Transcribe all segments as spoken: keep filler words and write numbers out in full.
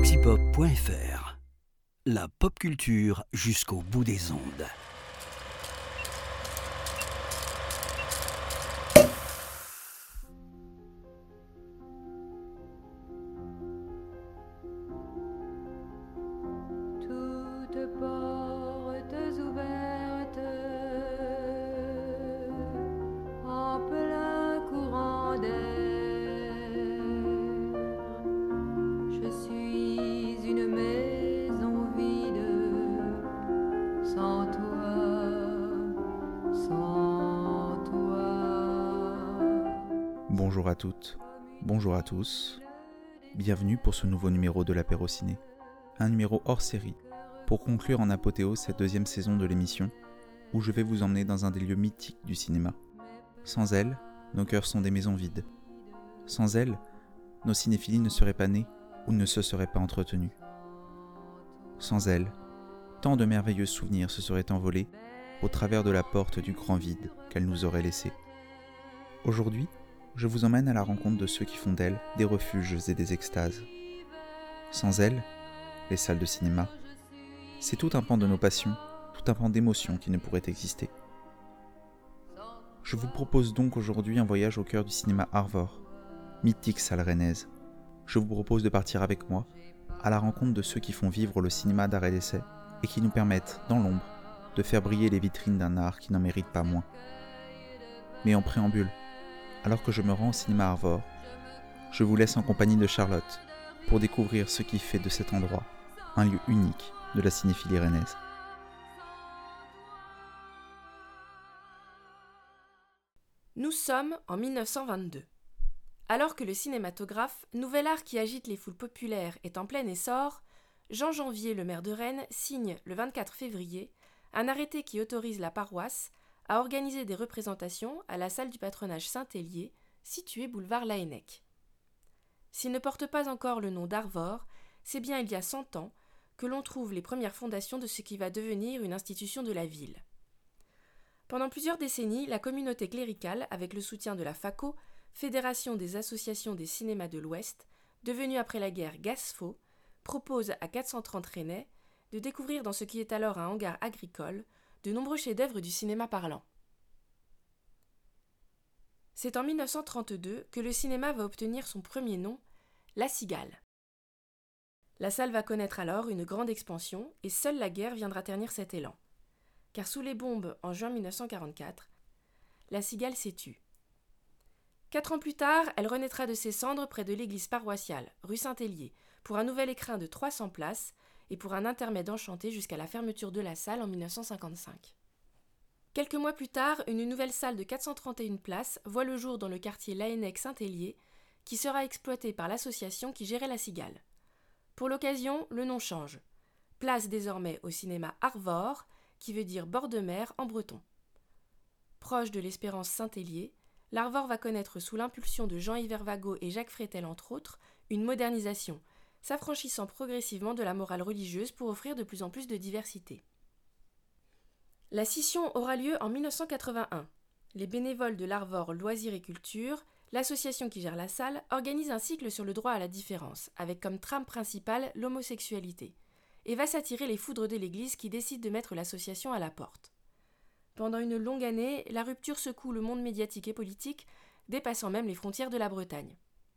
antipop point f r. La pop culture jusqu'au bout des ondes. Toutes portes ouvertes en plein courant d'air. Je suis une maison vide, sans toi, sans toi. Bonjour à toutes, bonjour à tous, bienvenue pour ce nouveau numéro de l'Apéro Ciné. Un numéro hors série, pour conclure en apothéose cette deuxième saison de l'émission, où je vais vous emmener dans un des lieux mythiques du cinéma. Sans elle, nos cœurs sont des maisons vides. Sans elle, nos cinéphilies ne seraient pas nées ou ne se seraient pas entretenues. Sans elle, tant de merveilleux souvenirs se seraient envolés au travers de la porte du grand vide qu'elle nous aurait laissé. Aujourd'hui, je vous emmène à la rencontre de ceux qui font d'elle des refuges et des extases. Sans elle, les salles de cinéma, c'est tout un pan de nos passions, tout un pan d'émotions qui ne pourrait exister. Je vous propose donc aujourd'hui un voyage au cœur du cinéma Arvor, mythique salle rennaise. Je vous propose de partir avec moi à la rencontre de ceux qui font vivre le cinéma d'art et d'essai et qui nous permettent, dans l'ombre, de faire briller les vitrines d'un art qui n'en mérite pas moins. Mais en préambule, alors que je me rends au cinéma Arvor, je vous laisse en compagnie de Charlotte pour découvrir ce qui fait de cet endroit un lieu unique de la cinéphilie rennaise. Nous sommes en mille neuf cent vingt-deux. Alors que le cinématographe, nouvel art qui agite les foules populaires, est en plein essor, Jean Janvier, le maire de Rennes, signe le vingt-quatre février un arrêté qui autorise la paroisse à organiser des représentations à la salle du patronage Saint-Hélier, située boulevard Laënnec. S'il ne porte pas encore le nom d'Arvor, c'est bien il y a cent ans que l'on trouve les premières fondations de ce qui va devenir une institution de la ville. Pendant plusieurs décennies, la communauté cléricale, avec le soutien de la FACO, Fédération des associations des cinémas de l'Ouest, devenue après la guerre GASFO, propose à quatre cent trente Rennais de découvrir dans ce qui est alors un hangar agricole de nombreux chefs-d'œuvre du cinéma parlant. C'est en mille neuf cent trente-deux que le cinéma va obtenir son premier nom, La Cigale. La salle va connaître alors une grande expansion et seule la guerre viendra ternir cet élan. Car sous les bombes en juin mille neuf cent quarante-quatre, La Cigale s'étue. Quatre ans plus tard, elle renaîtra de ses cendres près de l'église paroissiale, rue Saint-Hélier, pour un nouvel écrin de trois cents places et pour un intermède enchanté jusqu'à la fermeture de la salle en mille neuf cent cinquante-cinq. Quelques mois plus tard, une nouvelle salle de quatre cent trente et une places voit le jour dans le quartier Laënnec-Saint-Hélier, qui sera exploitée par l'association qui gérait La Cigale. Pour l'occasion, le nom change. Place désormais au cinéma Arvor, qui veut dire bord de mer en breton. Proche de l'Espérance Saint-Hélier, l'Arvor va connaître sous l'impulsion de Jean-Yves Vervago et Jacques Frétel entre autres, une modernisation, s'affranchissant progressivement de la morale religieuse pour offrir de plus en plus de diversité. La scission aura lieu en mille neuf cent quatre-vingt-un. Les bénévoles de l'Arvor Loisirs et Culture, l'association qui gère la salle, organise un cycle sur le droit à la différence, avec comme trame principale l'homosexualité, et va s'attirer les foudres de l'Église qui décide de mettre l'association à la porte. Pendant une longue année, la rupture secoue le monde médiatique et politique, dépassant même les frontières de la Bretagne.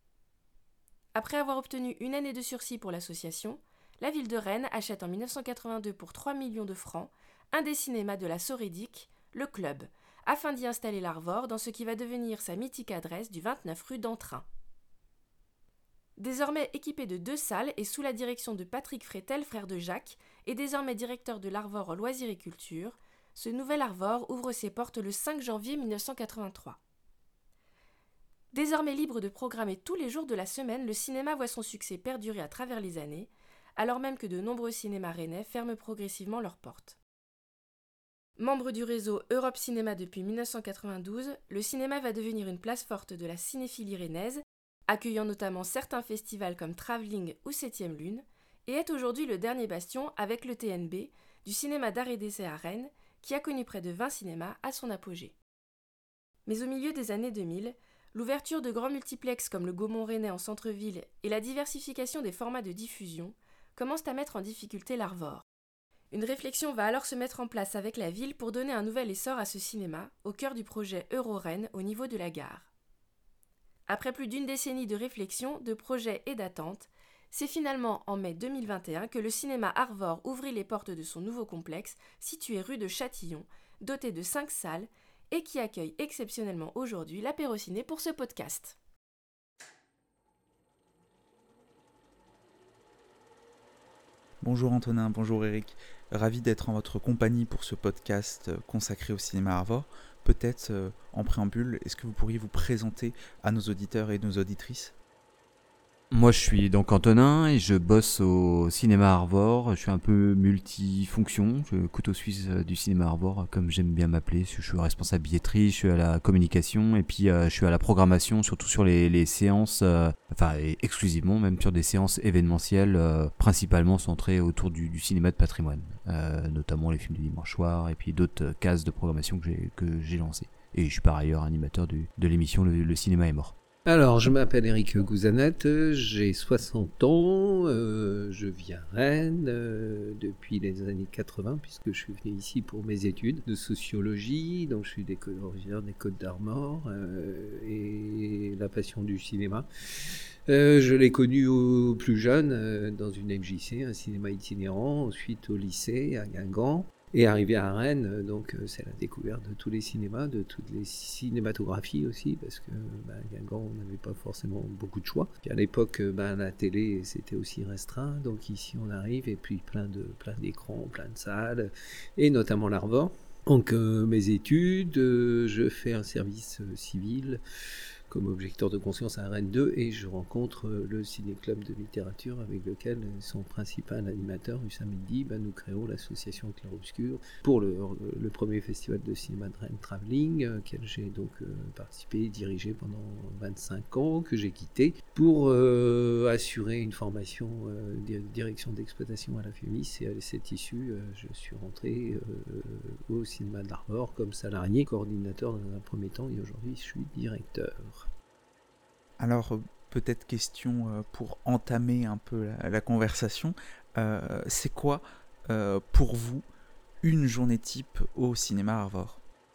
Après avoir obtenu une année de sursis pour l'association, la ville de Rennes achète en mille neuf cent quatre-vingt-deux pour trois millions de francs un des cinémas de la Sorédique, le Club, afin d'y installer l'Arvor dans ce qui va devenir sa mythique adresse du vingt-neuf rue d'Entrain. Désormais équipé de deux salles et sous la direction de Patrick Frétel, frère de Jacques, et désormais directeur de l'Arvor Loisirs et Culture, ce nouvel Arvor ouvre ses portes le cinq janvier mille neuf cent quatre-vingt-trois. Désormais libre de programmer tous les jours de la semaine, le cinéma voit son succès perdurer à travers les années, alors même que de nombreux cinémas rennais ferment progressivement leurs portes. Membre du réseau Europe Cinéma depuis mille neuf cent quatre-vingt-douze, le cinéma va devenir une place forte de la cinéphilie rennaise, accueillant notamment certains festivals comme Travelling ou Septième Lune, et est aujourd'hui le dernier bastion avec le T N B du cinéma d'art et d'essai à Rennes, qui a connu près de vingt cinémas à son apogée. Mais au milieu des années deux mille, l'ouverture de grands multiplexes comme le Gaumont rennais en centre-ville et la diversification des formats de diffusion commencent à mettre en difficulté l'Arvor. Une réflexion va alors se mettre en place avec la ville pour donner un nouvel essor à ce cinéma, au cœur du projet Euro-Rennes au niveau de la gare. Après plus d'une décennie de réflexion, de projets et d'attentes, c'est finalement en mai deux mille vingt et un que le cinéma Arvor ouvrit les portes de son nouveau complexe, situé rue de Châtillon, doté de cinq salles, et qui accueille exceptionnellement aujourd'hui l'apérociné pour ce podcast. Bonjour Antonin, bonjour Eric. Ravi d'être en votre compagnie pour ce podcast consacré au cinéma Arvor. Peut-être, euh, en préambule, est-ce que vous pourriez vous présenter à nos auditeurs et nos auditrices ? Moi, je suis donc Antonin et je bosse au cinéma Arvor. Je suis un peu multifonction, je couteau suisse du cinéma Arvor, comme j'aime bien m'appeler. Je suis responsable billetterie, je suis à la communication et puis euh, je suis à la programmation, surtout sur les, les séances, euh, enfin et exclusivement même sur des séances événementielles, euh, principalement centrées autour du, du cinéma de patrimoine, euh, notamment les films du dimanche soir et puis d'autres cases de programmation que j'ai, que j'ai lancées. Et je suis par ailleurs animateur du, de l'émission Le, Le cinéma est mort. Alors, je m'appelle Eric Gouzanette, j'ai soixante ans, euh, je vis à Rennes euh, depuis les années quatre-vingts, puisque je suis venu ici pour mes études de sociologie, donc je suis des, originaire des Côtes d'Armor, euh, et la passion du cinéma. Euh, je l'ai connu au plus jeune, euh, dans une M J C, un cinéma itinérant, ensuite au lycée à Guingamp. Et arrivé à Rennes, donc c'est la découverte de tous les cinémas, de toutes les cinématographies aussi, parce que bah, à Guingamp, on n'avait pas forcément beaucoup de choix. Puis à l'époque, bah, la télé, c'était aussi restreint, donc ici on arrive, et puis plein, de, plein d'écrans, plein de salles, et notamment l'Arvor. Donc euh, mes études, euh, je fais un service euh, civil, comme objecteur de conscience à Rennes deux, et je rencontre le Ciné-Club de littérature avec lequel son principal animateur, Hussam Mehdi, bah, nous créons l'association Clair-Obscur pour le, le premier festival de cinéma de Rennes Travelling, auquel j'ai donc euh, participé et dirigé pendant vingt-cinq ans, que j'ai quitté pour euh, assurer une formation euh, de direction d'exploitation à la FEMIS, et à cette issue, euh, je suis rentré euh, au cinéma de l'Arvor comme salarié, coordinateur dans un premier temps, et aujourd'hui je suis directeur. Alors, peut-être question euh, pour entamer un peu la, la conversation. Euh, c'est quoi, euh, pour vous, une journée type au cinéma Arvor ?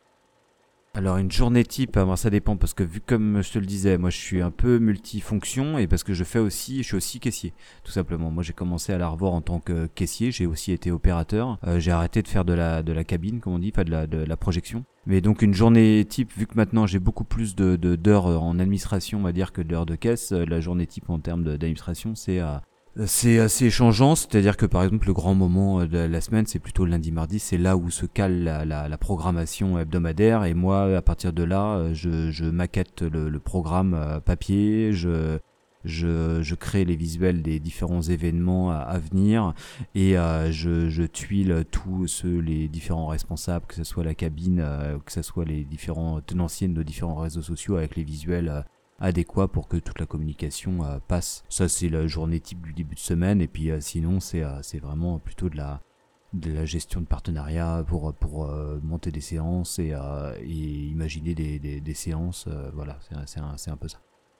Alors une journée type, alors ça dépend parce que vu comme je te le disais, moi je suis un peu multifonction et parce que je fais aussi, je suis aussi caissier, tout simplement. Moi j'ai commencé à l'Arvor en tant que caissier, j'ai aussi été opérateur, euh, j'ai arrêté de faire de la de la cabine, comme on dit, pas de la de la projection. Mais donc une journée type, vu que maintenant j'ai beaucoup plus de, de d'heures en administration, on va dire, que d'heures de caisse, la journée type en termes de, d'administration, c'est à C'est assez changeant, c'est-à-dire que par exemple le grand moment de la semaine c'est plutôt le lundi-mardi, c'est là où se cale la, la, la programmation hebdomadaire et moi à partir de là je, je maquette le, le programme papier, je, je, je crée les visuels des différents événements à, à venir et euh, je, je tuile tous ceux, les différents responsables, que ce soit la cabine, euh, que ce soit les différents tenanciers de nos différents réseaux sociaux avec les visuels euh, adéquat pour que toute la communication euh, passe. Ça c'est la journée type du début de semaine et puis euh, sinon c'est euh, c'est vraiment plutôt de la de la gestion de partenariat pour pour euh, monter des séances et euh, et imaginer des des, des séances, euh, voilà, c'est c'est un c'est un peu ça.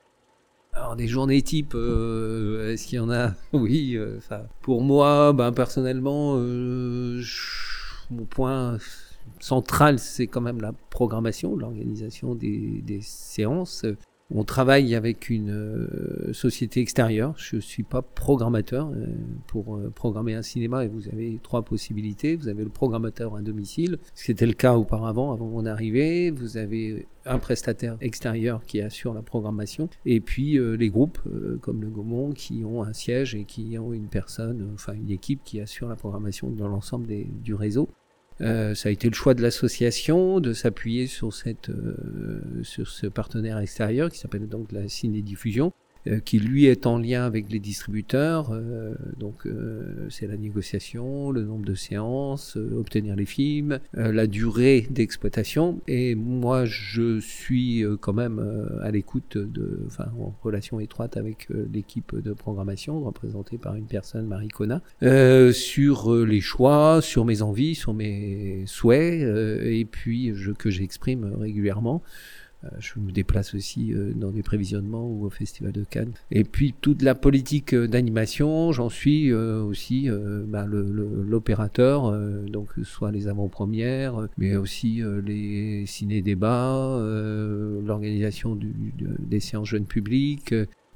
Alors des journées type, euh, est-ce qu'il y en a ? Oui, enfin euh, pour moi, ben personnellement, euh, je, mon point central c'est quand même la programmation, l'organisation des des séances. On travaille avec une euh, société extérieure. Je ne suis pas programmateur. Euh, pour euh, programmer un cinéma, et vous avez trois possibilités. Vous avez le programmateur à domicile, c'était le cas auparavant, avant mon arrivée. Vous avez un prestataire extérieur qui assure la programmation. Et puis euh, les groupes, euh, comme le Gaumont, qui ont un siège et qui ont une personne, euh, enfin une équipe qui assure la programmation dans l'ensemble des, du réseau. Euh, ça a été le choix de l'association de s'appuyer sur cette euh, sur ce partenaire extérieur qui s'appelle donc la Ciné-Diffusion, euh, qui lui est en lien avec les distributeurs, euh, donc euh, c'est la négociation, le nombre de séances, euh, obtenir les films, euh, la durée d'exploitation, et moi je suis euh, quand même euh, à l'écoute de, enfin en relation étroite avec euh, l'équipe de programmation représentée par une personne, Marie Cona, euh, sur euh, les choix, sur mes envies, sur mes souhaits, euh, et puis je, que j'exprime régulièrement. je me déplace aussi euh, dans des prévisionnements ou au Festival de Cannes. Et puis toute la politique euh, d'animation, j'en suis euh, aussi euh, bah, le, le, l'opérateur, euh, donc soit les avant-premières, mais aussi euh, les ciné-débats, euh, l'organisation du, de, des séances jeunes publics.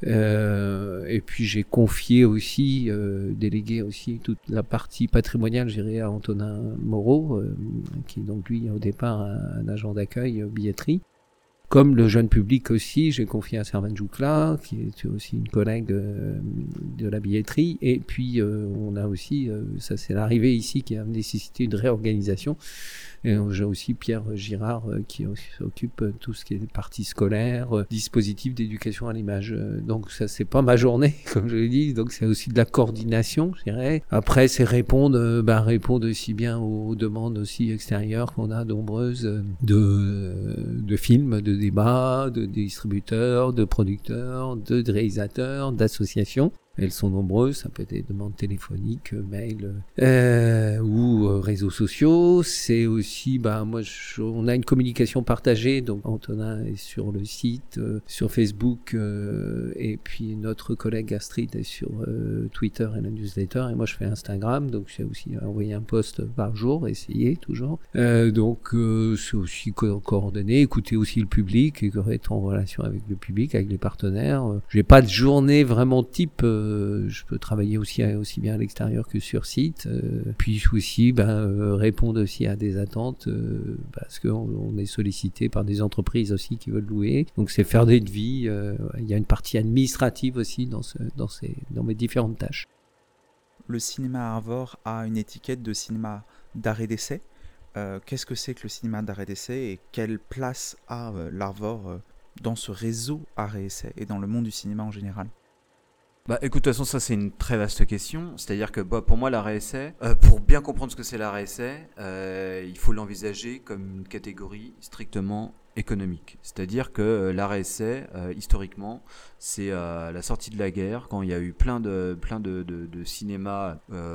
Euh, et puis j'ai confié aussi, euh, délégué aussi toute la partie patrimoniale, je dirais, à Antonin Moreau, euh, qui est donc lui au départ un, un agent d'accueil, euh, billetterie. Comme le jeune public aussi, j'ai confié à Servan Joukla, qui est aussi une collègue euh, de la billetterie. Et puis euh, on a aussi, euh, ça c'est l'arrivée ici qui a nécessité une réorganisation. Et j'ai aussi Pierre Girard euh, qui s'occupe de tout ce qui est partie scolaire, euh, dispositif d'éducation à l'image. Euh, donc ça c'est pas ma journée, comme je l'ai dit. Donc c'est aussi de la coordination, je dirais. Après c'est répondre, euh, bah, répondre aussi bien aux demandes aussi extérieures qu'on a nombreuses euh, de de films, de débats, de distributeurs, de producteurs, de réalisateurs, d'associations. Elles sont nombreuses, ça peut être des demandes téléphoniques, mails euh, ou euh, réseaux sociaux. C'est aussi, bah moi, je, on a une communication partagée. Donc Antonin est sur le site, euh, sur Facebook, euh, et puis notre collègue Astrid est sur euh, Twitter et la newsletter. Et moi, je fais Instagram, donc j'ai aussi envoyé un post par jour, essayer toujours. Euh, donc euh, c'est aussi co- coordonné, écouter aussi le public et être en relation avec le public, avec les partenaires. Euh, j'ai pas de journée vraiment type. Euh, je peux travailler aussi, aussi bien à l'extérieur que sur site, euh, puis aussi ben, euh, répondre aussi à des attentes euh, parce qu'on on est sollicité par des entreprises aussi qui veulent louer, donc c'est faire des devis, euh, il y a une partie administrative aussi dans, ce, dans, ces, dans mes différentes tâches. Le cinéma Arvor a une étiquette de cinéma d'art et d'essai. Euh, qu'est-ce que c'est que le cinéma d'art et d'essai et quelle place a euh, l'Arvor euh, dans ce réseau art et essai et dans le monde du cinéma en général? Bah écoute, de toute façon ça c'est une très vaste question, c'est-à-dire que bah, pour moi l'art et essai, euh, pour bien comprendre ce que c'est l'art et essai, euh, il faut l'envisager comme une catégorie strictement économique. C'est-à-dire que euh, l'art et essai, euh, historiquement, c'est euh, la sortie de la guerre, quand il y a eu plein de, plein de, de, de cinémas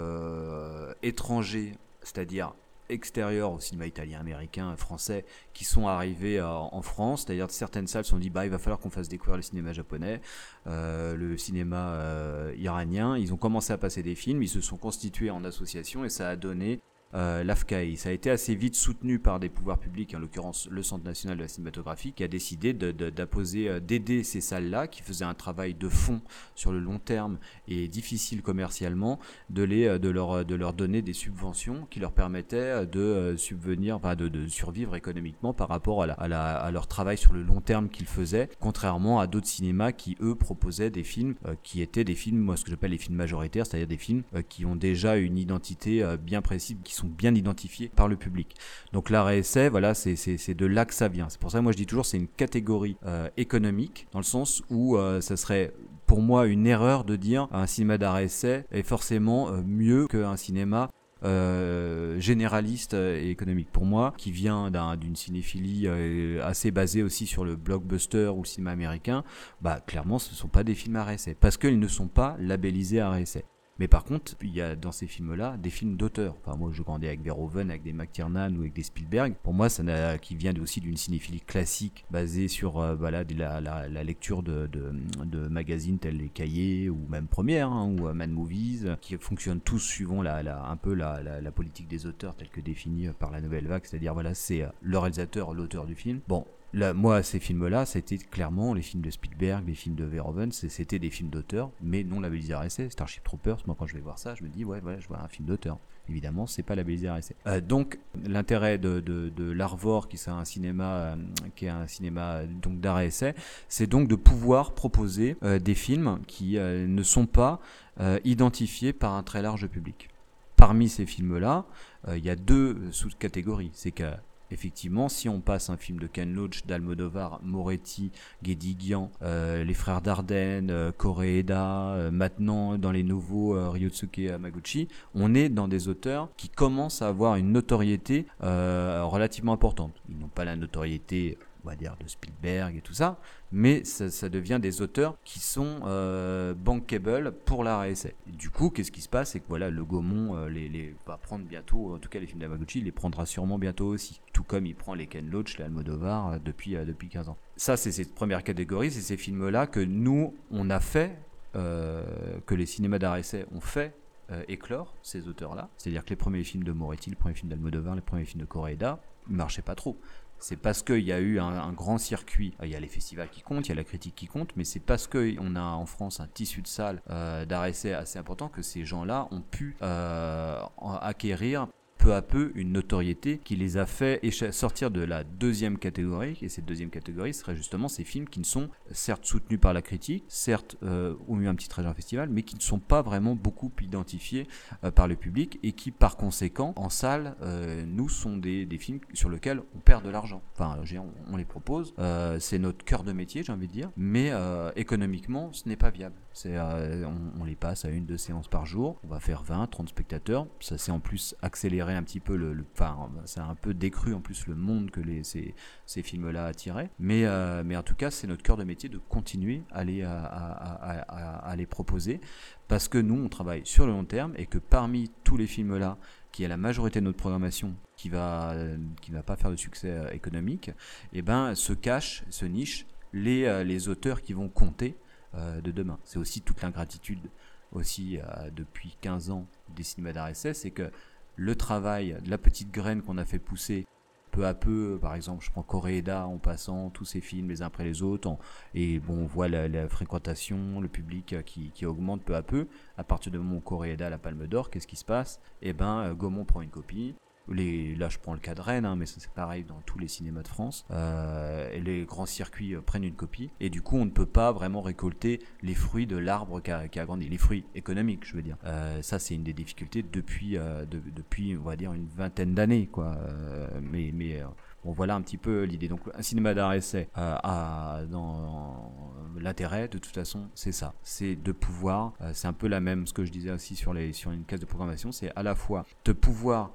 euh, étrangers, c'est-à-dire extérieurs au cinéma italien, américain, français, qui sont arrivés euh, en France. C'est-à-dire certaines salles se sont dit bah il va falloir qu'on fasse découvrir le cinéma japonais, euh, le cinéma euh, iranien. Ils ont commencé à passer des films, ils se sont constitués en association et ça a donné Euh, l'A F C A I. Ça a été assez vite soutenu par des pouvoirs publics, en l'occurrence le Centre national de la cinématographie, qui a décidé de, de, d'apposer, euh, d'aider ces salles-là, qui faisaient un travail de fond sur le long terme et difficile commercialement, de, les, de, leur, de leur donner des subventions qui leur permettaient de euh, subvenir, enfin de, de survivre économiquement par rapport à, la, à, la, à leur travail sur le long terme qu'ils faisaient, contrairement à d'autres cinémas qui, eux, proposaient des films euh, qui étaient des films, moi ce que j'appelle les films majoritaires, c'est-à-dire des films euh, qui ont déjà une identité euh, bien précise, qui sont bien identifiés par le public. Donc l'art et essai, voilà, c'est, c'est, c'est de là que ça vient. C'est pour ça que moi je dis toujours c'est une catégorie euh, économique, dans le sens où euh, ça serait pour moi une erreur de dire un cinéma d'art et essai est forcément euh, mieux qu'un cinéma Euh, généraliste et économique. Pour moi, qui vient d'un, d'une cinéphilie euh, assez basée aussi sur le blockbuster ou le cinéma américain, bah clairement ce ne sont pas des films art et essai, parce qu'ils ne sont pas labellisés art et essai. Mais par contre, il y a dans ces films-là des films d'auteur. Enfin, moi, je grandis avec Verhoeven, avec des McTiernan ou avec des Spielberg. Pour moi, ça n'a, qui vient aussi d'une cinéphilie classique basée sur euh, voilà, de la, la, la lecture de, de, de magazines tels les Cahiers ou même Première hein, ou euh, Mad Movies, qui fonctionnent tous suivant la, la, un peu la, la, la politique des auteurs telle que définie par la Nouvelle Vague, c'est-à-dire voilà, c'est euh, le réalisateur, l'auteur du film. Bon. Là, moi, ces films-là, c'était clairement les films de Spielberg, les films de Verhoeven, c'était des films d'auteur, mais non labellisés R S C. Starship Troopers, moi, quand je vais voir ça, je me dis, ouais, voilà, je vois un film d'auteur. Évidemment, c'est pas labellisé R S C. Euh, donc, l'intérêt de, de, de l'Arvor, qui est un cinéma, euh, qui est un cinéma donc d'art et essai, c'est donc de pouvoir proposer euh, des films qui euh, ne sont pas euh, identifiés par un très large public. Parmi ces films-là, il euh, y a deux sous-catégories. C'est que effectivement, si on passe un film de Ken Loach, d'Almodovar, Moretti, Guédiguian, euh, les frères Dardenne, euh, Koreeda, euh, maintenant dans les nouveaux euh, Ryotsuke Hamaguchi, on est dans des auteurs qui commencent à avoir une notoriété euh, relativement importante. Ils n'ont pas la notoriété on va dire de Spielberg et tout ça, mais ça, ça devient des auteurs qui sont euh, bankable pour l'art et essai. Et du coup, qu'est-ce qui se passe, c'est que voilà, le Gaumont euh, les, les va prendre bientôt, en tout cas les films d'Hamaguchi, il les prendra sûrement bientôt aussi, tout comme il prend les Ken Loach, les Almodovar euh, depuis euh, depuis quinze ans. Ça, c'est cette première catégorie, c'est ces films-là que nous on a fait, euh, que les cinémas d'art et essai ont fait. Euh, éclore ces auteurs-là, c'est-à-dire que les premiers films de Moretti, les premiers films d'Almodovar, les premiers films de Koreeda, ils marchaient pas trop. C'est parce qu'il y a eu un, un grand circuit, il y a les festivals qui comptent, il y a la critique qui compte, mais c'est parce qu'on a en France un tissu de salles euh, d'art et essai assez important que ces gens-là ont pu euh, acquérir peu à peu une notoriété qui les a fait écha- sortir de la deuxième catégorie, et cette deuxième catégorie serait justement ces films qui ne sont certes soutenus par la critique, certes euh, ont eu un petit trajet en festival, mais qui ne sont pas vraiment beaucoup identifiés euh, par le public, et qui par conséquent en salle euh, nous sont des, des films sur lesquels on perd de l'argent. Enfin on, on les propose, euh, c'est notre cœur de métier, j'ai envie de dire, mais euh, économiquement ce n'est pas viable. C'est, euh, on, on les passe à une, deux séances par jour, on va faire vingt, trente spectateurs, ça s'est en plus accéléré un petit peu, le, le, enfin ça a un peu décru en plus le monde que les, ces, ces films-là attiraient, mais, euh, mais en tout cas c'est notre cœur de métier de continuer à les, à, à, à, à, à les proposer, parce que nous on travaille sur le long terme, et que parmi tous les films-là, qui est la majorité de notre programmation, qui va, euh, qui va pas faire de succès euh, économique, et ben se cachent, se nichent les, euh, les auteurs qui vont compter euh, de demain. C'est aussi toute l'ingratitude aussi euh, depuis quinze ans des cinémas d'art et essai, c'est que le travail de la petite graine qu'on a fait pousser peu à peu, par exemple je prends Koreeda en passant tous ces films les uns après les autres, en, et bon on voit la, la fréquentation, le public qui, qui augmente peu à peu. À partir de mon Koreeda la Palme d'Or, qu'est-ce qui se passe? Eh ben Gaumont prend une copie. Les, là je prends le cas de Rennes, hein, mais c'est pareil dans tous les cinémas de France, euh, et les grands circuits euh, prennent une copie, et du coup on ne peut pas vraiment récolter les fruits de l'arbre qui a, qui a grandi, les fruits économiques je veux dire. Euh, ça c'est une des difficultés depuis, euh, de, depuis on va dire une vingtaine d'années quoi. Euh, mais, mais euh, bon voilà un petit peu l'idée. Donc un cinéma d'art et essai euh, a dans l'intérêt de toute façon c'est ça, c'est de pouvoir, euh, c'est un peu la même ce que je disais aussi sur, les, sur une case de programmation, c'est à la fois de pouvoir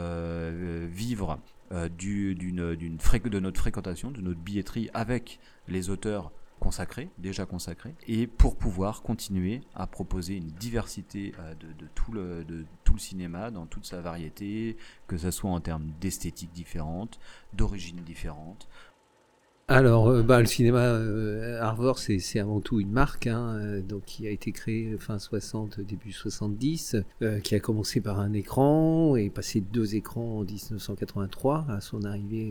Euh, vivre euh, du, d'une, d'une fré- de notre fréquentation, de notre billetterie avec les auteurs consacrés, déjà consacrés, et pour pouvoir continuer à proposer une diversité euh, de, de, tout le, de tout le cinéma dans toute sa variété, que ce soit en termes d'esthétique différente, d'origine différente. Alors, euh, bah, le cinéma euh, Arvor, c'est, c'est avant tout une marque, hein, euh, donc qui a été créée fin soixante, début soixante-dix, euh, qui a commencé par un écran et passé de deux écrans en dix-neuf cent quatre-vingt-trois à son arrivée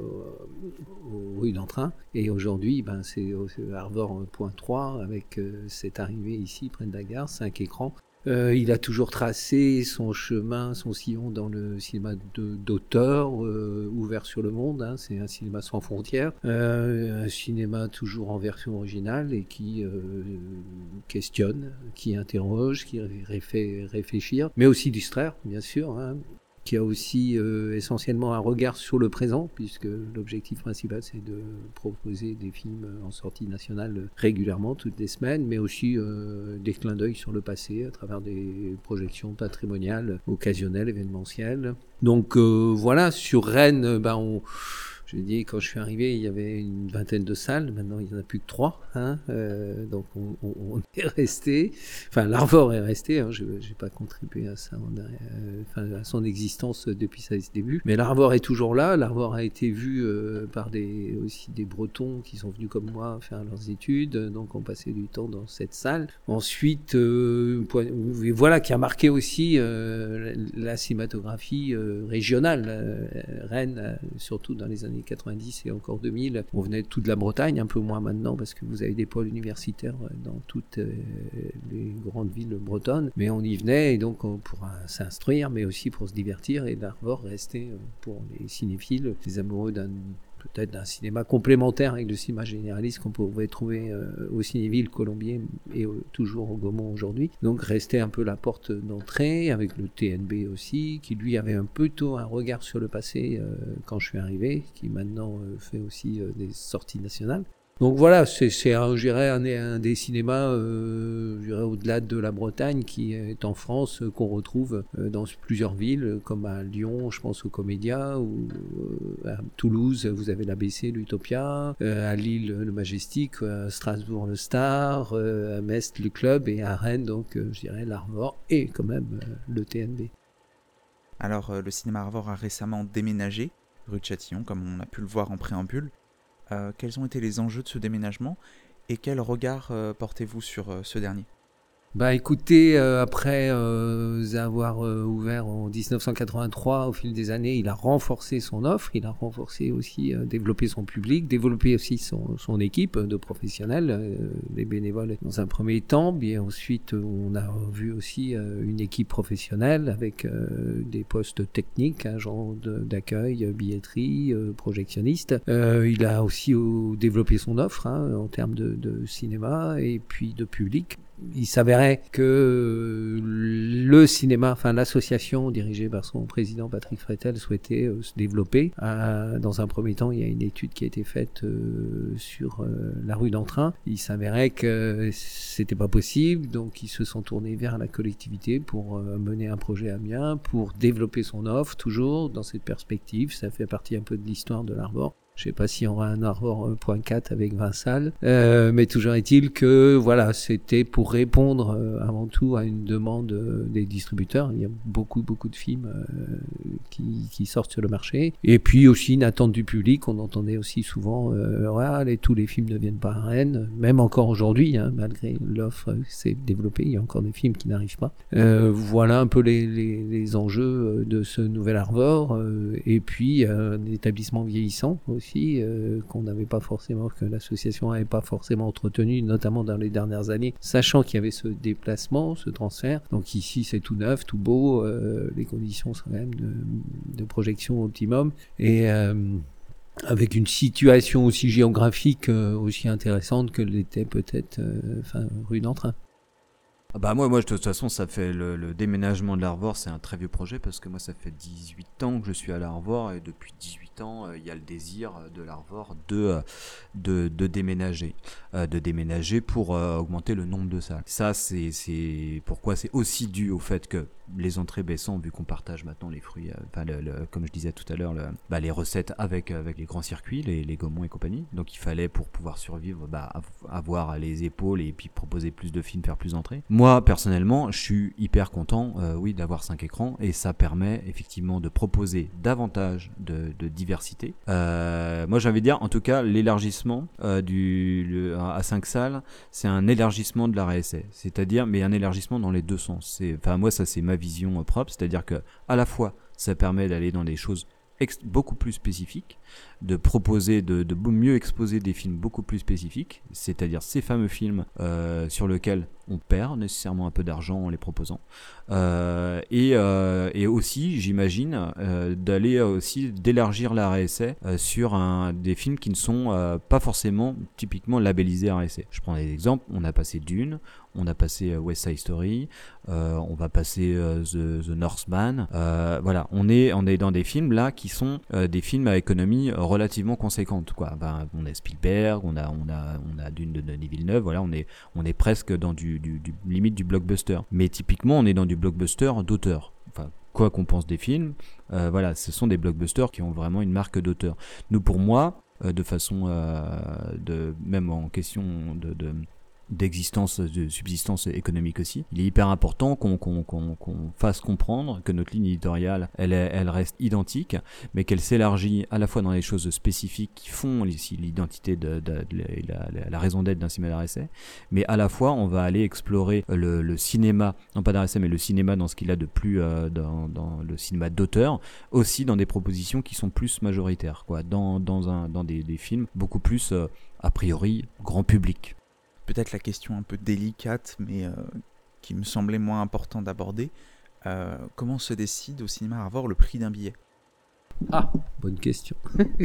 euh, aux rues d'Entrain. Et aujourd'hui, ben, c'est, c'est Arvor point trois avec euh, cette arrivée ici près de la gare, cinq écrans. Euh, il a toujours tracé son chemin, son sillon dans le cinéma de, d'auteur, euh, ouvert sur le monde, hein, c'est un cinéma sans frontières, euh, un cinéma toujours en version originale et qui euh, questionne, qui interroge, qui fait réfléchir, mais aussi distraire, bien sûr, hein, qui a aussi euh, essentiellement un regard sur le présent, puisque l'objectif principal c'est de proposer des films en sortie nationale régulièrement, toutes les semaines, mais aussi euh, des clins d'œil sur le passé à travers des projections patrimoniales, occasionnelles, événementielles. Donc euh, voilà, sur Rennes, ben on... Je dis, quand je suis arrivé, il y avait une vingtaine de salles. Maintenant, il n'y en a plus que trois. Hein, euh, donc, on, on, on est resté. Enfin, l'Arvor est resté. Hein, je n'ai pas contribué à, ça, euh, enfin, à son existence depuis ses débuts. Mais l'Arvor est toujours là. L'Arvor a été vu euh, par des, aussi des Bretons qui sont venus comme moi faire leurs études. Donc, on passait du temps dans cette salle. Ensuite, euh, voilà, qui a marqué aussi euh, la cinématographie euh, régionale. Euh, Rennes, euh, surtout dans les années quatre-vingt-dix et encore deux mille, on venait tout de la Bretagne, un peu moins maintenant parce que vous avez des pôles universitaires dans toutes euh, les grandes villes bretonnes, mais on y venait et donc on, pour euh, s'instruire, mais aussi pour se divertir, et l'Arvor restait euh, pour les cinéphiles, les amoureux d'un peut-être d'un cinéma complémentaire avec le cinéma généraliste qu'on pouvait trouver euh, au Cinéville Colombier et euh, toujours au Gaumont aujourd'hui. Donc restait un peu la porte d'entrée avec le T N B aussi, qui lui avait un peu tôt un regard sur le passé euh, quand je suis arrivé, qui maintenant euh, fait aussi euh, des sorties nationales. Donc voilà, c'est, c'est un, je dirais, un, un des cinémas, euh, je dirais, au-delà de la Bretagne, qui est en France, euh, qu'on retrouve euh, dans plusieurs villes, comme à Lyon, je pense au Comédia, ou euh, à Toulouse, vous avez l'A B C, l'Utopia, euh, à Lille, le Majestic, à Strasbourg, le Star, euh, à Metz, le Club, et à Rennes, donc, euh, je dirais, l'Arvor, et quand même euh, le T N B. Alors, euh, le cinéma Arvor a récemment déménagé, rue de Châtillon, comme on a pu le voir en préambule. Euh, quels ont été les enjeux de ce déménagement et quel regard euh, portez-vous sur euh, ce dernier ? Bah écoutez, euh, après euh, avoir euh, ouvert en dix-neuf cent quatre-vingt-trois, au fil des années, il a renforcé son offre, il a renforcé aussi, euh, développé son public, développé aussi son, son équipe de professionnels, euh, les bénévoles dans un premier temps, bien ensuite on a vu aussi euh, une équipe professionnelle avec euh, des postes techniques, hein, genre de, d'accueil, billetterie, euh, projectionniste. Euh, il a aussi euh, développé son offre hein, en termes de, de cinéma et puis de public. Il s'avérait que le cinéma, enfin l'association dirigée par son président Patrick Frettel souhaitait euh, se développer. Euh, dans un premier temps, il y a une étude qui a été faite euh, sur euh, la rue d'Entrain. Il s'avérait que c'était pas possible, donc ils se sont tournés vers la collectivité pour euh, mener un projet à bien, pour développer son offre, toujours dans cette perspective. Ça fait partie un peu de l'histoire de l'Arvor. Je sais pas s'il y aura un Arvor point quatre avec vingt salles, euh, mais toujours est-il que voilà, c'était pour répondre euh, avant tout à une demande euh, des distributeurs. Il y a beaucoup beaucoup de films euh, qui, qui sortent sur le marché, et puis aussi une attente du public. On entendait aussi souvent, euh, ouais, les, tous les films ne viennent pas à Rennes, même encore aujourd'hui, hein, malgré l'offre qui s'est développée, il y a encore des films qui n'arrivent pas. Euh, voilà un peu les, les, les enjeux de ce nouvel Arvor, euh, et puis euh, un établissement vieillissant aussi. Aussi, euh, qu'on n'avait pas forcément, que l'association n'avait pas forcément entretenu, notamment dans les dernières années, sachant qu'il y avait ce déplacement, ce transfert. Donc ici, c'est tout neuf, tout beau, euh, les conditions sont quand même de, de projection optimum, et euh, avec une situation aussi géographique euh, aussi intéressante que l'était peut-être euh, enfin, rue d'Entrain. Ah bah moi, moi, de toute façon, ça fait le, le déménagement de l'Arvor, c'est un très vieux projet parce que moi, ça fait dix-huit ans que je suis à l'Arvor et depuis dix-huit ans, il euh, y a le désir de l'Arvor de, euh, de, de déménager, euh, de déménager pour euh, augmenter le nombre de salles. Ça, c'est, c'est pourquoi c'est aussi dû au fait que les entrées baissant, vu qu'on partage maintenant les fruits, euh, enfin, le, le, comme je disais tout à l'heure, le, bah, les recettes avec, avec les grands circuits, les, les Gaumont et compagnie. Donc il fallait, pour pouvoir survivre, bah, avoir les épaules et puis proposer plus de films, faire plus d'entrées. Moi, personnellement, je suis hyper content, euh, oui, d'avoir cinq écrans, et ça permet effectivement de proposer davantage de, de diversité. Euh, moi, j'ai envie de dire, en tout cas, l'élargissement euh, du, le, à cinq salles, c'est un élargissement de l'arrêt essai. C'est-à-dire, mais un élargissement dans les deux sens. C'est, enfin, moi, ça, c'est ma vision euh, propre, c'est-à-dire que à la fois, ça permet d'aller dans des choses ex- beaucoup plus spécifiques, de proposer, de, de mieux exposer des films beaucoup plus spécifiques, c'est-à-dire ces fameux films euh, sur lesquels on perd nécessairement un peu d'argent en les proposant, euh, et, euh, et aussi, j'imagine, euh, d'aller aussi d'élargir l'arrêt essai euh, sur un, des films qui ne sont euh, pas forcément typiquement labellisés arrêt essai. Je prends des exemples, on a passé Dune, on a passé euh, West Side Story, euh, on va passer euh, The, The Northman, euh, voilà, on est, on est dans des films là qui sont euh, des films à économie euh, relativement conséquente, quoi. Ben, on a Spielberg, on a, on a, on a Dune de Denis Villeneuve, voilà, on est, on est presque dans du, du, du limite du blockbuster. Mais typiquement, on est dans du blockbuster d'auteur. Enfin, quoi qu'on pense des films, euh, voilà, ce sont des blockbusters qui ont vraiment une marque d'auteur. Nous, pour moi, euh, de façon, euh, de, même en question de, de d'existence, de subsistance économique aussi. Il est hyper important qu'on, qu'on, qu'on, qu'on fasse comprendre que notre ligne éditoriale, elle, est, elle reste identique, mais qu'elle s'élargit à la fois dans les choses spécifiques qui font ici l'identité de, de, de, de la, la, la raison d'être d'un cinéma d'arrêt essai, mais à la fois on va aller explorer le, le cinéma, non pas d'arrêt essai, mais le cinéma dans ce qu'il a de plus euh, dans, dans le cinéma d'auteur, aussi dans des propositions qui sont plus majoritaires, quoi, dans, dans, un, dans des, des films beaucoup plus euh, a priori grand public. Peut-être la question un peu délicate, mais euh, qui me semblait moins important d'aborder. Euh, comment se décide au cinéma Arvor le prix d'un billet ? Ah, Bonne question.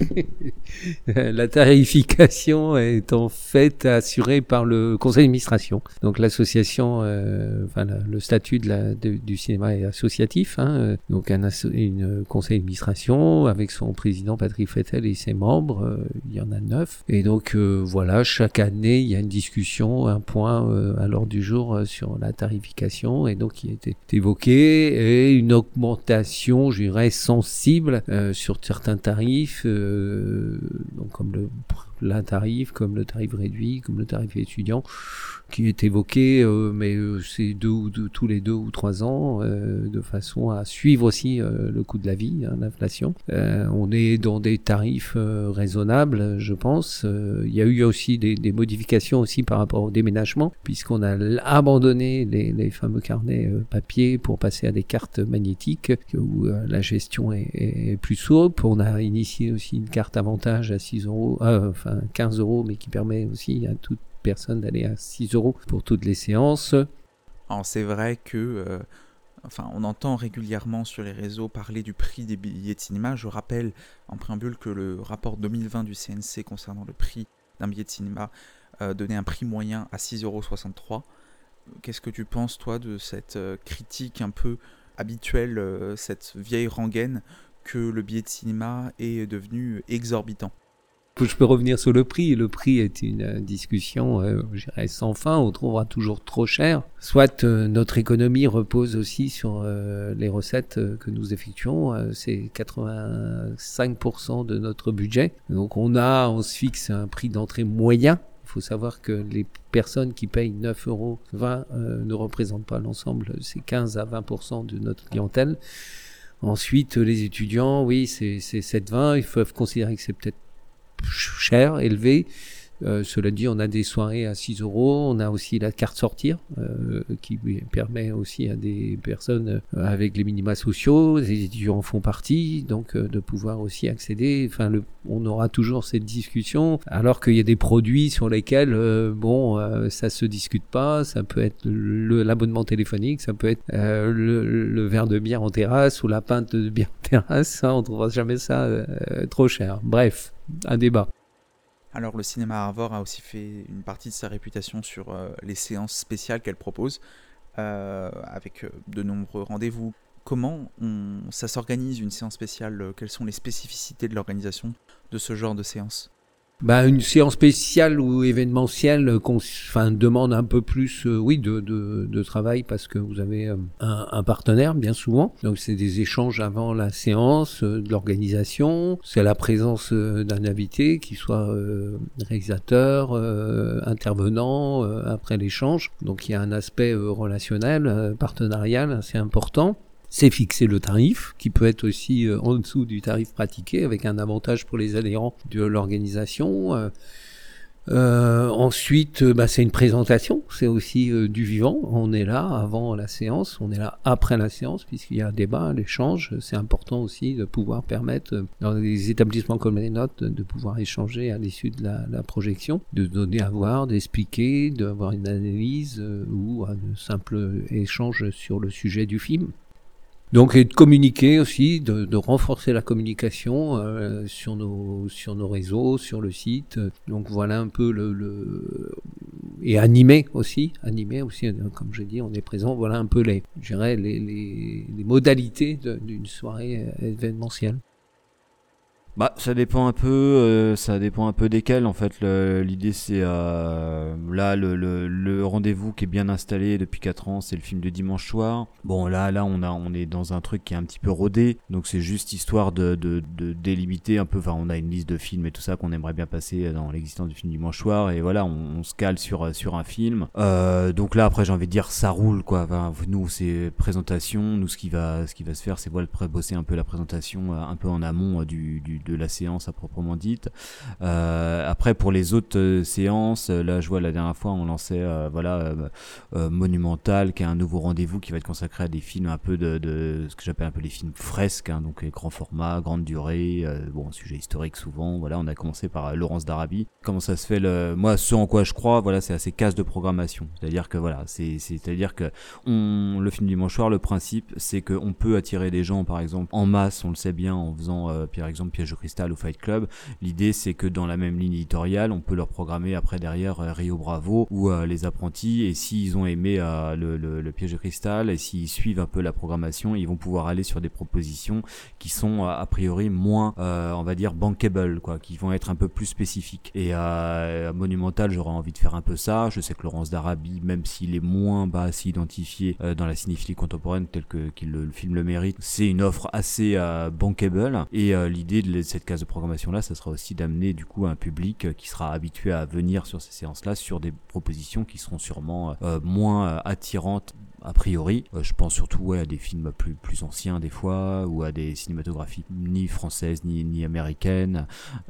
La tarification est en fait assurée par le conseil d'administration. Donc l'association, euh, enfin la, le statut de la, de, du cinéma est associatif. Hein, donc un asso- une conseil d'administration avec son président Patrick Fettel et ses membres. Euh, il y en a neuf. Et donc euh, voilà, chaque année il y a une discussion, un point euh, à l'ordre du jour euh, sur la tarification. Et donc il a été évoqué et une augmentation, je dirais, sensible euh, sur certains tarifs, euh, donc comme le plein tarif, comme le tarif réduit, comme le tarif étudiant, qui est évoqué, euh, mais euh, c'est deux ou deux, tous les deux ou trois ans, euh, de façon à suivre aussi euh, le coût de la vie, hein, l'inflation. Euh, on est dans des tarifs euh, raisonnables, je pense. Euh, il y a eu aussi des, des modifications aussi par rapport au déménagement, puisqu'on a l- abandonné les, les fameux carnets euh, papier pour passer à des cartes magnétiques, où euh, la gestion est, est, est plus souple. On a initié aussi une carte avantage à six euros, euh, enfin quinze euros, mais qui permet aussi à toute personne d'aller à six euros pour toutes les séances. Alors c'est vrai que, euh, enfin, on entend régulièrement sur les réseaux parler du prix des billets de cinéma. Je rappelle en préambule que le rapport deux mille vingt du C N C concernant le prix d'un billet de cinéma euh, donnait un prix moyen à six euros soixante-trois. Qu'est-ce que tu penses, toi, de cette euh, critique un peu habituelle, euh, cette vieille rengaine que le billet de cinéma est devenu exorbitant? Je peux revenir sur le prix. Le prix est une discussion, euh, je dirais, sans fin. On trouvera toujours trop cher. Soit euh, notre économie repose aussi sur euh, les recettes euh, que nous effectuons. Euh, c'est quatre-vingt-cinq pour cent de notre budget. Donc on a, on se fixe un prix d'entrée moyen. Il faut savoir que les personnes qui payent neuf euros vingt euh, ne représentent pas l'ensemble. C'est quinze à vingt pour cent de notre clientèle. Ensuite, les étudiants, oui, c'est, c'est sept vingt. Ils peuvent considérer que c'est peut-être cher, élevé. Euh, cela dit, on a des soirées à six euros. On a aussi la carte sortir euh, qui permet aussi à des personnes euh, avec les minima sociaux, les étudiants en font partie, donc euh, de pouvoir aussi accéder. Enfin, le, on aura toujours cette discussion, alors qu'il y a des produits sur lesquels, euh, bon, euh, ça se discute pas. Ça peut être le, l'abonnement téléphonique, ça peut être euh, le, le verre de bière en terrasse ou la pinte de bière en terrasse. Hein, on trouvera jamais ça euh, trop cher. Bref, un débat. Alors le cinéma Arvor a aussi fait une partie de sa réputation sur euh, les séances spéciales qu'elle propose, euh, avec euh, de nombreux rendez-vous. Comment on, ça s'organise une séance spéciale? Quelles sont les spécificités de l'organisation de ce genre de séance? Bah, une séance spéciale ou événementielle qu'on, enfin, demande un peu plus, euh, oui, de, de, de travail parce que vous avez euh, un, un partenaire bien souvent. Donc c'est des échanges avant la séance, euh, de l'organisation. C'est la présence euh, d'un invité qui soit euh, réalisateur, euh, intervenant euh, après l'échange. Donc il y a un aspect euh, relationnel, euh, partenarial assez important. C'est fixer le tarif, qui peut être aussi euh, en dessous du tarif pratiqué, avec un avantage pour les adhérents de l'organisation. Euh, euh, ensuite, bah, c'est une présentation, c'est aussi euh, du vivant. On est là avant la séance, on est là après la séance, puisqu'il y a un débat, l'échange. C'est important aussi de pouvoir permettre, dans des établissements comme les nôtres, de pouvoir échanger à l'issue de la, la projection, de donner à voir, d'expliquer, d'avoir une analyse euh, ou un simple échange sur le sujet du film. Donc, et de communiquer aussi, de, de renforcer la communication euh, sur nos sur nos réseaux, sur le site. Donc voilà un peu le, le et animer aussi, animer aussi, comme je dis, on est présent. Voilà un peu les, je dirais les les, les modalités de, d'une soirée événementielle. Bah, ça dépend un peu, euh, ça dépend un peu desquels en fait. Le, l'idée c'est euh, là le, le, le rendez-vous qui est bien installé depuis quatre ans, c'est le film de dimanche soir. Bon là là on a on est dans un truc qui est un petit peu rodé, donc c'est juste histoire de de, de délimiter un peu. Enfin on a une liste de films et tout ça qu'on aimerait bien passer dans l'existence du film dimanche soir et voilà on, on se cale sur sur un film. Euh, donc là après j'ai envie de dire ça roule quoi. Enfin, nous c'est présentation, nous ce qui va ce qui va se faire c'est voilà bosser un peu la présentation un peu en amont du du de la séance à proprement dite. Euh, après, pour les autres euh, séances, là, je vois la dernière fois, on lançait euh, voilà, euh, euh, Monumental, qui est un nouveau rendez-vous qui va être consacré à des films un peu de, de ce que j'appelle un peu les films fresques, hein, donc les grands formats, grande durée, euh, bon, sujet historique souvent. Voilà, on a commencé par euh, Laurence d'Arabie. Comment ça se fait le... Moi, ce en quoi je crois, voilà, c'est à ces cases de programmation. C'est-à-dire que voilà, c'est, c'est-à-dire que on, le film dimanche soir, le principe, c'est qu'on peut attirer des gens, par exemple, en masse, on le sait bien, en faisant, euh, par exemple, Piège de cristal ou Fight Club. L'idée, c'est que dans la même ligne éditoriale, on peut leur programmer après derrière euh, Rio Bravo ou euh, Les Apprentis, et s'ils ont aimé euh, le, le, le Piège de cristal, et s'ils suivent un peu la programmation, ils vont pouvoir aller sur des propositions qui sont euh, a priori moins, euh, on va dire, bankable, quoi, qui vont être un peu plus spécifiques. Et euh, à Monumental, j'aurais envie de faire un peu ça. Je sais que Laurence d'Arabie, même s'il est moins bas identifié euh, dans la cinéphilie contemporaine tel que qu'il le, le film le mérite, c'est une offre assez euh, bankable. Et euh, l'idée de cette case de programmation là, ça sera aussi d'amener du coup un public euh, qui sera habitué à venir sur ces séances là sur des propositions qui seront sûrement euh, moins euh, attirantes a priori. Euh, je pense surtout ouais, à des films plus, plus anciens des fois, ou à des cinématographies ni françaises ni, ni américaines.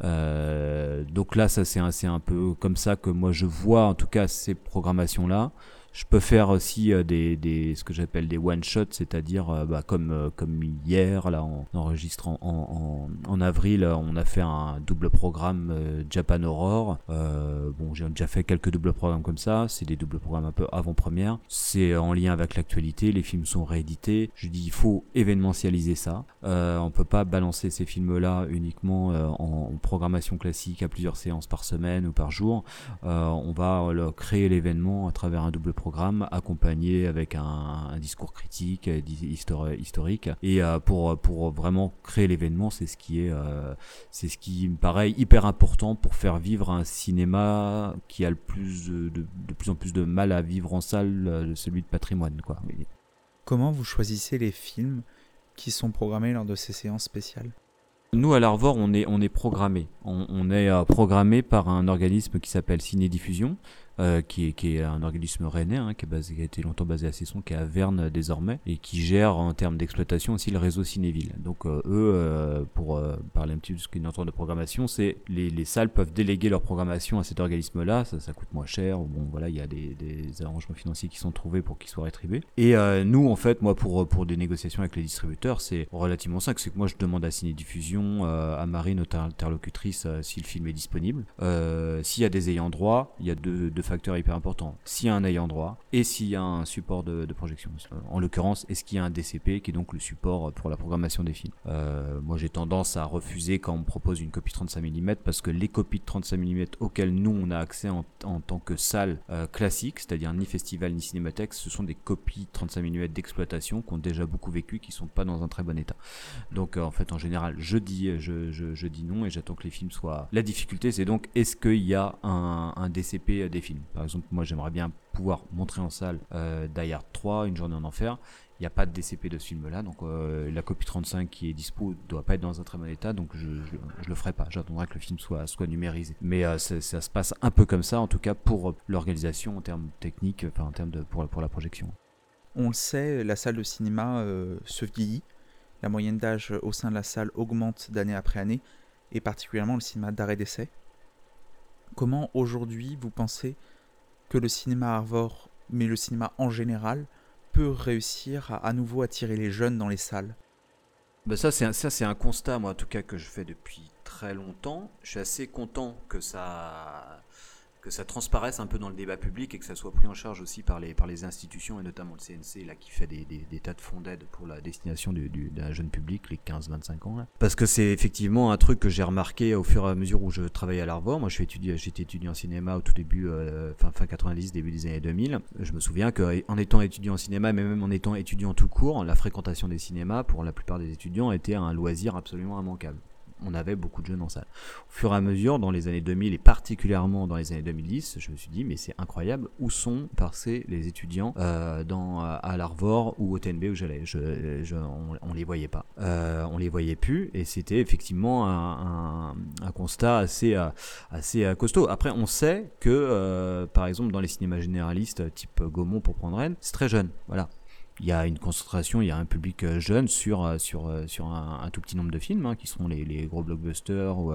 Euh, donc là, ça c'est un, c'est un peu comme ça que moi je vois en tout cas ces programmations là. Je peux faire aussi euh, des, des, ce que j'appelle des one-shots, c'est-à-dire euh, bah, comme, euh, comme hier, là, on enregistre en, en, en avril, on a fait un double programme euh, Japan Horror. Euh, bon, j'ai déjà fait quelques doubles programmes comme ça, c'est des doubles programmes un peu avant-première. C'est en lien avec l'actualité, les films sont réédités. Je dis, il faut événementialiser ça. Euh, on peut pas balancer ces films-là uniquement euh, en programmation classique à plusieurs séances par semaine ou par jour. Euh, on va euh, créer l'événement à travers un double programme accompagné avec un, un discours critique, histori- historique, et euh, pour pour vraiment créer l'événement, c'est ce qui est euh, c'est ce qui me paraît hyper important pour faire vivre un cinéma qui a le plus de, de, de plus en plus de mal à vivre en salle, celui de patrimoine, quoi. Comment vous choisissez les films qui sont programmés lors de ces séances spéciales ? Nous, à l'Arvor, on est, on est programmé. On, on est euh, programmé par un organisme qui s'appelle Ciné-Diffusion, euh, qui, est, qui est un organisme rennais, hein, qui, est basé, qui a été longtemps basé à Cesson, qui est à Verne désormais, et qui gère en termes d'exploitation aussi le réseau Cinéville. Donc euh, eux, euh, pour euh, parler un petit peu de ce qu'est une entente de programmation, c'est les, les salles peuvent déléguer leur programmation à cet organisme-là, ça, ça coûte moins cher, bon voilà, il y a des, des arrangements financiers qui sont trouvés pour qu'ils soient rétribués. Et euh, nous, en fait, moi, pour, pour des négociations avec les distributeurs, c'est relativement simple, c'est que moi, je demande à Ciné-Diffusion, euh, à Marie, notre interlocutrice, euh, si le film est disponible. Euh, s'il y a des ayants droit, il y a deux, deux facteurs hyper importants. S'il y a un ayant droit et s'il y a un support de, de projection. En l'occurrence, est-ce qu'il y a un D C P qui est donc le support pour la programmation des films. Euh, moi, j'ai tendance à refuser quand on me propose une copie trente-cinq millimètres parce que les copies de trente-cinq millimètres auxquelles nous, on a accès en, en tant que salle euh, classique, c'est-à-dire ni festival ni cinémathèque, ce sont des copies trente-cinq millimètres d'exploitation qui ont déjà beaucoup vécu, qui sont pas dans un très bon état. Donc, euh, en fait, en général, je dis, je, je, je dis non et j'attends que les films soient... La difficulté, c'est donc, est-ce qu'il y a un, un D C P des films ? Par exemple, moi, j'aimerais bien pouvoir montrer en salle euh, Die Hard trois, Une journée en enfer. Il n'y a pas de D C P de ce film-là, donc euh, la copie trente-cinq qui est dispo doit pas être dans un très bon état, donc je, je, je le ferai pas. J'attendrai que le film soit, soit numérisé. Mais euh, ça, ça se passe un peu comme ça, en tout cas pour l'organisation en termes techniques, enfin en termes de pour, pour la projection. On le sait, la salle de cinéma euh, se vieillit. La moyenne d'âge au sein de la salle augmente d'année après année, et particulièrement le cinéma d'arrêt d'essai. Comment aujourd'hui vous pensez que le cinéma Arvor, mais le cinéma en général, peut réussir à à nouveau attirer les jeunes dans les salles ? Ben ça, c'est un, ça, c'est un constat, moi, en tout cas, que je fais depuis très longtemps. Je suis assez content que ça, que ça transparaisse un peu dans le débat public et que ça soit pris en charge aussi par les, par les institutions, et notamment le C N C, là, qui fait des, des, des tas de fonds d'aide pour la destination du, du, d'un jeune public, les quinze vingt-cinq ans. Là. Parce que c'est effectivement un truc que j'ai remarqué au fur et à mesure où je travaillais à l'Arvor. Moi, je suis étudiant, j'étais étudiant en cinéma au tout début, euh, fin, fin quatre-vingt-dix, début des années deux mille. Je me souviens qu'en étant étudiant en cinéma, mais même en étant étudiant tout court, la fréquentation des cinémas, pour la plupart des étudiants, était un loisir absolument immanquable. On avait beaucoup de jeunes en salle. Au fur et à mesure, dans les années deux mille et particulièrement dans les années deux mille dix, je me suis dit, mais c'est incroyable, où sont passés les étudiants euh, dans, à l'Arvor ou au T N B où j'allais. Je, je, on, on les voyait pas. Euh, on les voyait plus, et c'était effectivement un, un, un constat assez, assez costaud. Après, on sait que, euh, par exemple, dans les cinémas généralistes, type Gaumont pour prendre Rennes, c'est très jeune. Voilà. il y a une concentration, il y a un public euh, jeune sur, euh, sur, euh, sur un, un tout petit nombre de films, hein, qui seront les, les gros blockbusters ou,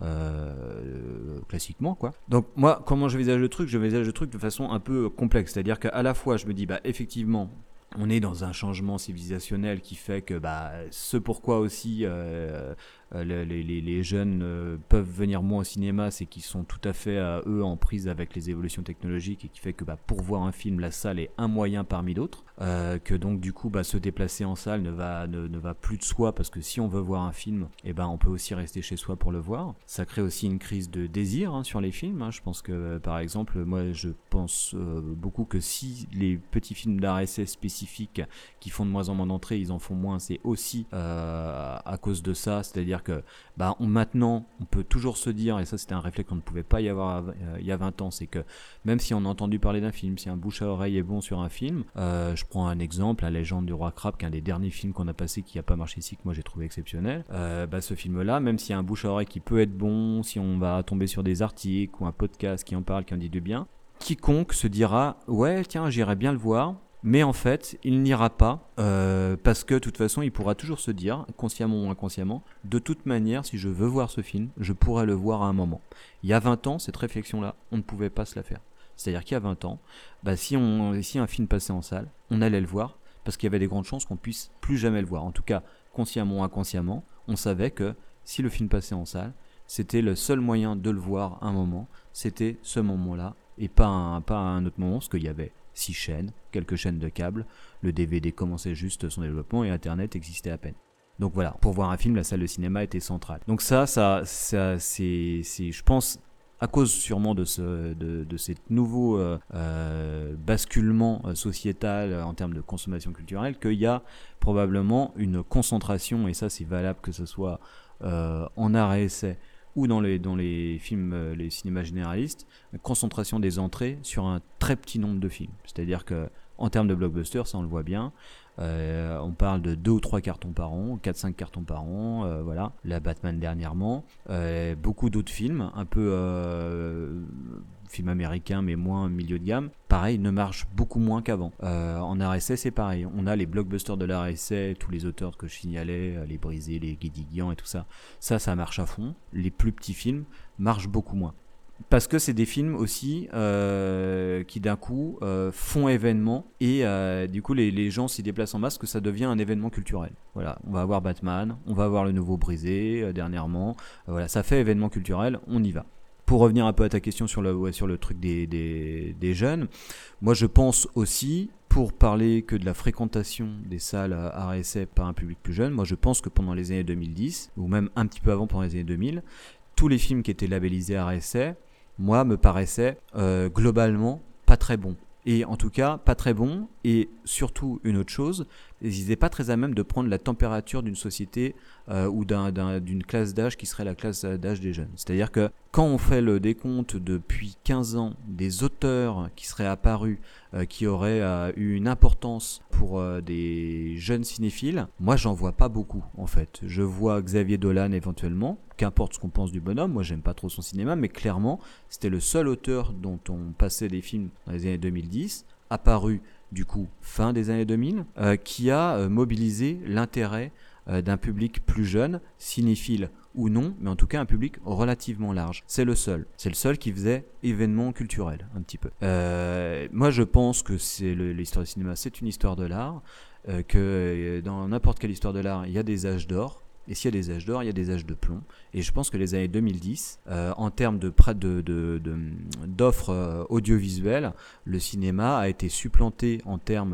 euh, classiquement, quoi. Donc moi, comment je visage le truc ? Je visage le truc de façon un peu complexe, c'est-à-dire qu'à la fois je me dis, bah effectivement, on est dans un changement civilisationnel qui fait que bah, ce pourquoi aussi euh, les, les, les jeunes euh, peuvent venir moins au cinéma, c'est qu'ils sont tout à fait, euh, eux, en prise avec les évolutions technologiques, et qui fait que bah, pour voir un film, la salle est un moyen parmi d'autres, euh, que donc du coup bah, se déplacer en salle ne va, ne, ne va plus de soi, parce que si on veut voir un film, eh ben, on peut aussi rester chez soi pour le voir. Ça crée aussi une crise de désir, hein, sur les films, hein. Je pense que euh, par exemple, moi je pense euh, beaucoup que si les petits films d'A R S S spécifiques qui font de moins en moins d'entrées, ils en font moins, c'est aussi euh, à cause de ça, c'est-à-dire que bah, on, maintenant on peut toujours se dire, et ça c'était un réflexe qu'on ne pouvait pas y avoir euh, il y a vingt ans, c'est que même si on a entendu parler d'un film, si un bouche à oreille est bon sur un film, euh, je prends un exemple, La Légende du Roi Crabe, qui est un des derniers films qu'on a passé, qui n'a pas marché ici, que moi j'ai trouvé exceptionnel, euh, bah, ce film là, même s'il y a un bouche à oreille qui peut être bon, si on va tomber sur des articles ou un podcast qui en parle, qui en dit de bien, quiconque se dira ouais tiens j'irais bien le voir, mais en fait il n'ira pas euh, parce que de toute façon il pourra toujours se dire, consciemment ou inconsciemment, de toute manière si je veux voir ce film je pourrais le voir à un moment. Il y a vingt ans cette réflexion là on ne pouvait pas se la faire, c'est-à-dire qu'il y a vingt ans bah, si, on, si un film passait en salle on allait le voir parce qu'il y avait des grandes chances qu'on puisse plus jamais le voir, en tout cas consciemment ou inconsciemment on savait que si le film passait en salle c'était le seul moyen de le voir à un moment, c'était ce moment là et pas un, pas un autre moment, parce qu'il y avait six chaînes, quelques chaînes de câbles, le D V D commençait juste son développement et Internet existait à peine. Donc voilà, pour voir un film, la salle de cinéma était centrale. Donc ça, ça, ça c'est, c'est, je pense, à cause sûrement de ce, de, de ces nouveaux euh, euh, basculements sociétal en termes de consommation culturelle, qu'il y a probablement une concentration, et ça c'est valable que ce soit euh, en art et essai ou dans les, dans les films, euh, les cinémas généralistes, une concentration des entrées sur un très petit nombre de films. C'est-à-dire que en termes de blockbusters, ça on le voit bien, euh, on parle de deux ou trois cartons par an, quatre cinq cartons par an, euh, voilà, la Batman dernièrement, euh, beaucoup d'autres films, un peu euh, films américains mais moins milieu de gamme, pareil, ne marchent beaucoup moins qu'avant. Euh, en R S S c'est pareil, on a les blockbusters de l'R S S, tous les auteurs que je signalais, les Brisés, les Guédiguian et tout ça, ça ça marche à fond, les plus petits films marchent beaucoup moins. Parce que c'est des films aussi euh, qui d'un coup euh, font événement et euh, du coup les, les gens s'y déplacent en masse, que ça devient un événement culturel. Voilà, on va avoir Batman, on va avoir le nouveau Brisé euh, dernièrement, euh, voilà, ça fait événement culturel, on y va. Pour revenir un peu à ta question sur le, ouais, sur le truc des, des, des jeunes, moi je pense aussi, pour parler que de la fréquentation des salles R S S par un public plus jeune, moi je pense que pendant les années deux mille dix, ou même un petit peu avant pendant les années deux mille, tous les films qui étaient labellisés R S S, moi, me paraissait euh, globalement pas très bon. Et en tout cas, pas très bon. Et surtout, une autre chose, ils n'étaient pas très à même de prendre la température d'une société euh, ou d'un, d'un, d'une classe d'âge qui serait la classe d'âge des jeunes. C'est-à-dire que quand on fait le décompte depuis quinze ans des auteurs qui seraient apparus, euh, qui auraient euh, eu une importance pour euh, des jeunes cinéphiles, moi, j'en vois pas beaucoup, en fait. Je vois Xavier Dolan éventuellement, qu'importe ce qu'on pense du bonhomme, moi j'aime pas trop son cinéma, mais clairement c'était le seul auteur dont on passait des films dans les années deux mille dix, apparu du coup fin des années deux mille, euh, qui a euh, mobilisé l'intérêt euh, d'un public plus jeune, cinéphile ou non, mais en tout cas un public relativement large. C'est le seul, c'est le seul qui faisait événement culturel un petit peu. Euh, moi je pense que c'est le, l'histoire du cinéma, c'est une histoire de l'art, euh, que dans n'importe quelle histoire de l'art il y a des âges d'or. Et s'il y a des âges d'or, il y a des âges de plomb. Et je pense que les années deux mille dix, euh, en termes de, de, de, de, d'offres euh, audiovisuelles, le cinéma a été supplanté en termes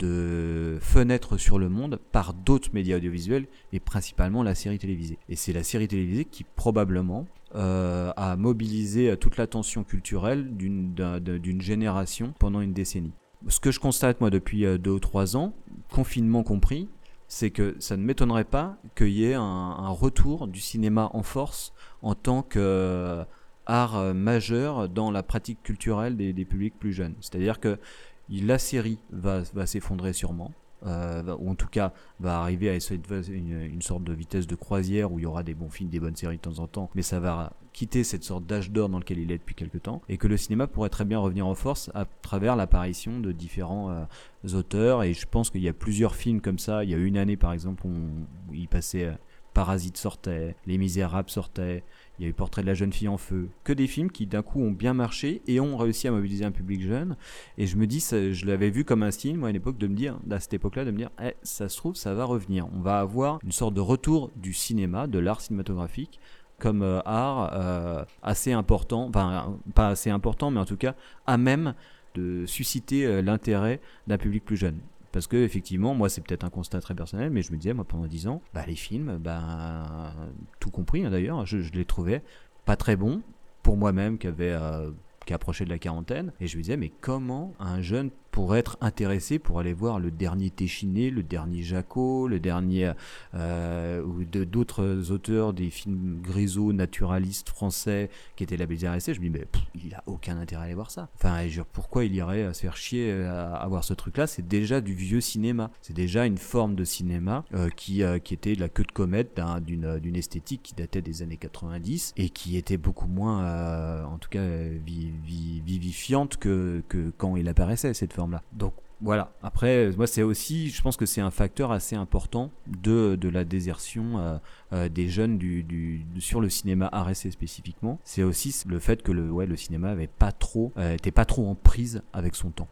de fenêtres sur le monde par d'autres médias audiovisuels, et principalement la série télévisée. Et c'est la série télévisée qui probablement euh, a mobilisé toute l'attention culturelle d'une, d'un, d'une génération pendant une décennie. Ce que je constate moi depuis deux ou trois ans, confinement compris, c'est que ça ne m'étonnerait pas qu'il y ait un, un retour du cinéma en force en tant qu'art euh, majeur dans la pratique culturelle des, des publics plus jeunes. C'est-à-dire que la série va, va s'effondrer sûrement, euh, ou en tout cas va arriver à essayer de une, une sorte de vitesse de croisière où il y aura des bons films, des bonnes séries de temps en temps, mais ça va quitter cette sorte d'âge d'or dans lequel il est depuis quelques temps, et que le cinéma pourrait très bien revenir en force à travers l'apparition de différents euh, auteurs. Et je pense qu'il y a plusieurs films comme ça. Il y a une année par exemple où, on, où il passait euh, Parasite sortait, Les Misérables sortaient, il y a eu Portrait de la jeune fille en feu, que des films qui d'un coup ont bien marché et ont réussi à mobiliser un public jeune. Et je me dis, ça, je l'avais vu comme un style, moi à une époque, de me dire, à cette époque-là, de me dire, eh, ça se trouve, ça va revenir. On va avoir une sorte de retour du cinéma, de l'art cinématographique, comme euh, art euh, assez important, enfin pas assez important, mais en tout cas à même de susciter euh, l'intérêt d'un public plus jeune. Parce que effectivement, moi c'est peut-être un constat très personnel, mais je me disais, moi pendant dix ans, bah, les films, bah, tout compris hein, d'ailleurs, je, je les trouvais pas très bons pour moi-même qui avait euh, qui approchait de la quarantaine, et je me disais, mais comment un jeune pourrait être intéressé pour aller voir le dernier Téchiné, le dernier Jacot, le dernier euh, ou de, d'autres auteurs des films grisaux naturalistes français qui étaient labellisés R S C. Je me dis mais pff, il a aucun intérêt à aller voir ça. Enfin, je veux dire, pourquoi il irait à se faire chier à, à voir ce truc-là? C'est déjà du vieux cinéma. C'est déjà une forme de cinéma euh, qui euh, qui était la queue de comète d'un, d'une d'une esthétique qui datait des années quatre-vingt-dix et qui était beaucoup moins, euh, en tout cas, vi, vi, vivifiante que que quand il apparaissait cette forme. Là. Donc voilà, après moi c'est aussi, je pense que c'est un facteur assez important de, de la désertion euh, euh, des jeunes du, du, sur le cinéma R S C spécifiquement. C'est aussi le fait que le, ouais, le cinéma avait pas trop, euh, était pas trop en prise avec son temps.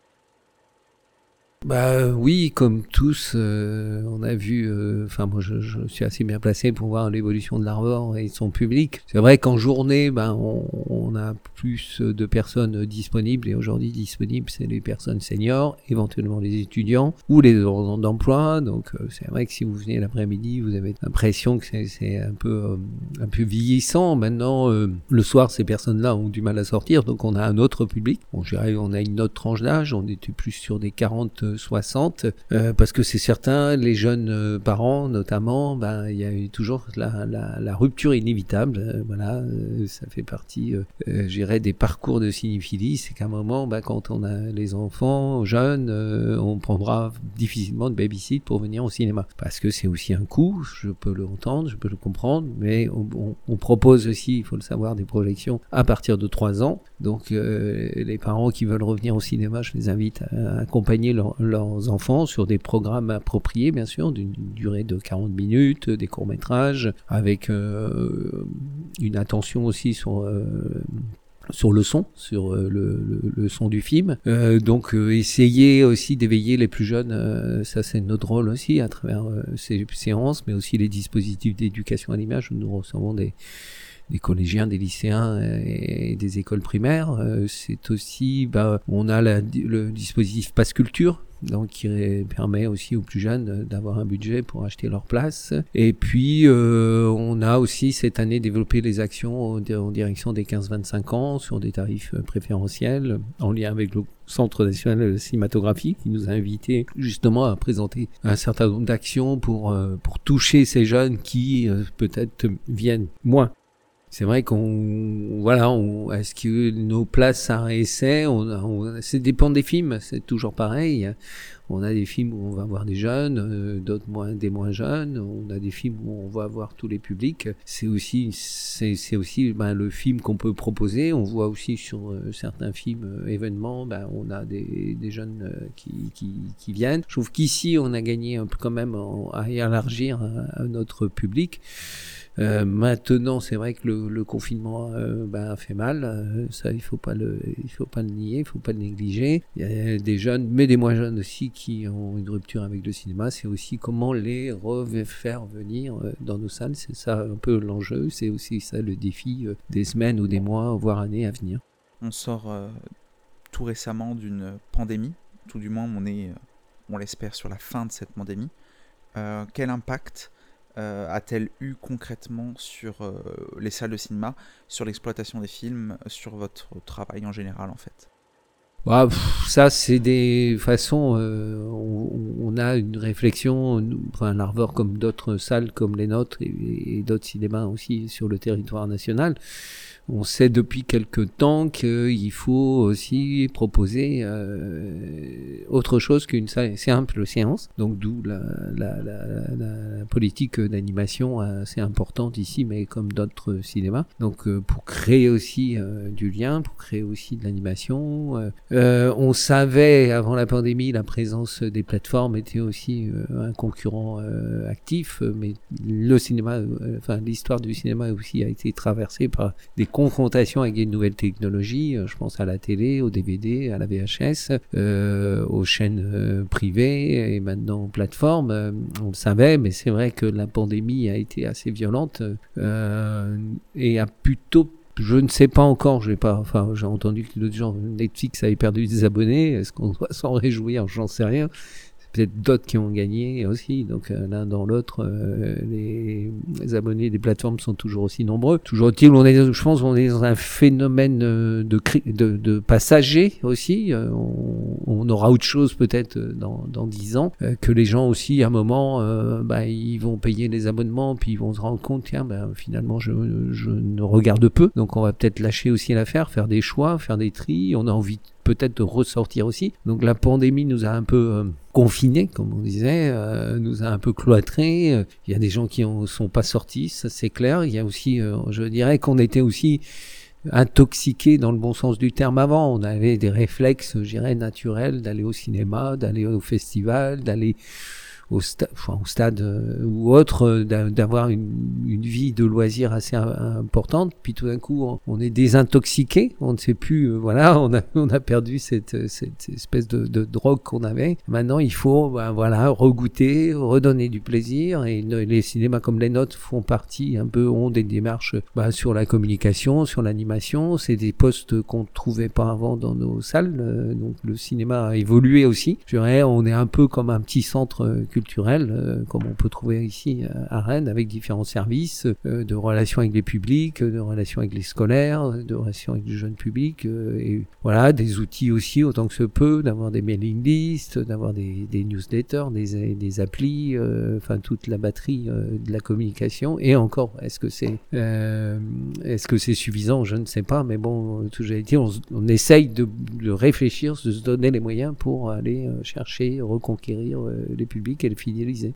Bah oui, comme tous, euh, on a vu. Enfin, euh, moi, je, je suis assez bien placé pour voir l'évolution de l'Arvor et de son public. C'est vrai qu'en journée, ben, on, on a plus de personnes disponibles, et aujourd'hui disponibles, c'est les personnes seniors, éventuellement les étudiants ou les demandeurs d'emploi. Donc, euh, c'est vrai que si vous venez l'après-midi, vous avez l'impression que c'est, c'est un peu, euh, un peu vieillissant. Maintenant, euh, le soir, ces personnes-là ont du mal à sortir, donc on a un autre public. Bon, je dirais, on a une autre tranche d'âge. On était plus sur des quarante soixante, euh, parce que c'est certain, les jeunes euh, parents notamment, ben il y a eu toujours la, la, la rupture inévitable, euh, voilà, euh, ça fait partie, euh, euh, je dirais, des parcours de cinéphilie. C'est qu'à un moment, ben, quand on a les enfants jeunes, euh, on prendra difficilement de babysit pour venir au cinéma, parce que c'est aussi un coût, je peux l'entendre, je peux le comprendre, mais on, on, on propose aussi, il faut le savoir, des projections à partir de trois ans. Donc euh, les parents qui veulent revenir au cinéma, je les invite à accompagner leur, leurs enfants sur des programmes appropriés, bien sûr, d'une durée de quarante minutes, des courts-métrages, avec euh, une attention aussi sur... Euh, sur le son, sur euh, le, le, le son du film. Euh, donc euh, essayer aussi d'éveiller les plus jeunes, euh, ça c'est notre rôle aussi à travers euh, ces séances, mais aussi les dispositifs d'éducation à l'image où nous recevons des des collégiens, des lycéens et des écoles primaires. Euh, c'est aussi, bah, on a la, le dispositif Pass Culture, donc qui permet aussi aux plus jeunes d'avoir un budget pour acheter leur place. Et puis euh, on a aussi cette année développé les actions en direction des quinze vingt-cinq ans sur des tarifs préférentiels en lien avec le Centre national de cinématographie qui nous a invités justement à présenter un certain nombre d'actions pour, euh, pour toucher ces jeunes qui euh, peut-être viennent moins. C'est vrai qu'on, voilà, on, est-ce que nos places ça essaie, on, on, ça dépend des films, c'est toujours pareil. On a des films où on va avoir des jeunes, euh, d'autres moins, des moins jeunes. On a des films où on va avoir tous les publics. C'est aussi, c'est, c'est aussi, ben, le film qu'on peut proposer. On voit aussi sur euh, certains films euh, événements, ben, on a des, des jeunes euh, qui, qui, qui viennent. Je trouve qu'ici, on a gagné un peu quand même en, à élargir à, à notre public. Euh, maintenant, c'est vrai que le, le confinement euh, ben, fait mal. Euh, ça, il faut pas le, il faut pas le nier, il faut pas le négliger. Il y a des jeunes, mais des moins jeunes aussi, qui ont une rupture avec le cinéma. C'est aussi comment les refaire venir euh, dans nos salles. C'est ça un peu l'enjeu. C'est aussi ça le défi euh, des semaines ou des mois, voire années à venir. On sort euh, tout récemment d'une pandémie. Tout du moins, on est, on l'espère, sur la fin de cette pandémie. Euh, quel impact Euh, a-t-elle eu concrètement sur euh, les salles de cinéma, sur l'exploitation des films, sur votre travail en général en fait? Bah, pff, ça c'est des façons, euh, on, on a une réflexion, nous, enfin l'Arvor comme d'autres salles comme les nôtres et, et d'autres cinémas aussi sur le territoire national. On sait depuis quelque temps qu'il faut aussi proposer euh, autre chose qu'une simple séance. Donc d'où la, la, la, la, la politique d'animation assez importante ici, mais comme d'autres cinémas. Donc euh, pour créer aussi euh, du lien, pour créer aussi de l'animation. Euh, euh, on savait avant la pandémie, la présence des plateformes était aussi euh, un concurrent euh, actif, mais le cinéma, euh, enfin l'histoire du cinéma aussi a été traversée par des confrontations avec des nouvelles technologies. Je pense à la télé, au D V D, à la V H S, euh, aux chaînes euh, privées et maintenant aux plateformes. Euh, on le savait, mais c'est vrai que la pandémie a été assez violente euh, et a plutôt, je ne sais pas encore, j'ai pas, enfin j'ai entendu que l'autre jour Netflix avait perdu des abonnés. Est-ce qu'on doit s'en réjouir? J'en sais rien. Peut-être d'autres qui ont gagné aussi, donc euh, l'un dans l'autre, euh, les, les abonnés des plateformes sont toujours aussi nombreux. Toujours est-il, on est, je pense, on est dans un phénomène de, de, de passagers aussi. Euh, on, on aura autre chose peut-être dans dans dix ans, euh, que les gens aussi à un moment, euh, bah, ils vont payer les abonnements, puis ils vont se rendre compte, tiens, bah, finalement, je, je ne regarde peu, donc on va peut-être lâcher aussi l'affaire, faire des choix, faire des tris. On a envie peut-être de ressortir aussi. Donc la pandémie nous a un peu euh, confinés, comme on disait, euh, nous a un peu cloîtrés. Il y a des gens qui ne sont pas sortis, ça c'est clair. Il y a aussi, euh, je dirais qu'on était aussi intoxiqués dans le bon sens du terme avant. On avait des réflexes, je dirais, naturels d'aller au cinéma, d'aller au festival, d'aller au, sta- enfin, au stade euh, ou autre, euh, d'avoir une, une vie de loisirs assez euh, importante. Puis tout d'un coup, on, on est désintoxiqué. On ne sait plus, euh, voilà, on a, on a perdu cette, cette espèce de, de drogue qu'on avait. Maintenant, il faut, ben, voilà, regoûter, redonner du plaisir. Et ne, les cinémas comme les nôtres font partie un peu, ont des démarches ben, sur la communication, sur l'animation. C'est des postes qu'on ne trouvait pas avant dans nos salles. Euh, donc le cinéma a évolué aussi. Je dirais, on est un peu comme un petit centre euh, culturel, euh, comme on peut trouver ici euh, à Rennes, avec différents services euh, de relations avec les publics, de relations avec les scolaires, de relations avec le jeune public, euh, et voilà, des outils aussi autant que se peut, d'avoir des mailing lists, d'avoir des, des newsletters, des, des applis, euh, enfin toute la batterie euh, de la communication. Et encore, est-ce que c'est euh, est-ce que c'est suffisant? Je ne sais pas, mais bon, tout j'allais dire, on, on essaye de, de réfléchir, de se donner les moyens pour aller euh, chercher, reconquérir euh, les publics et le fidéliser.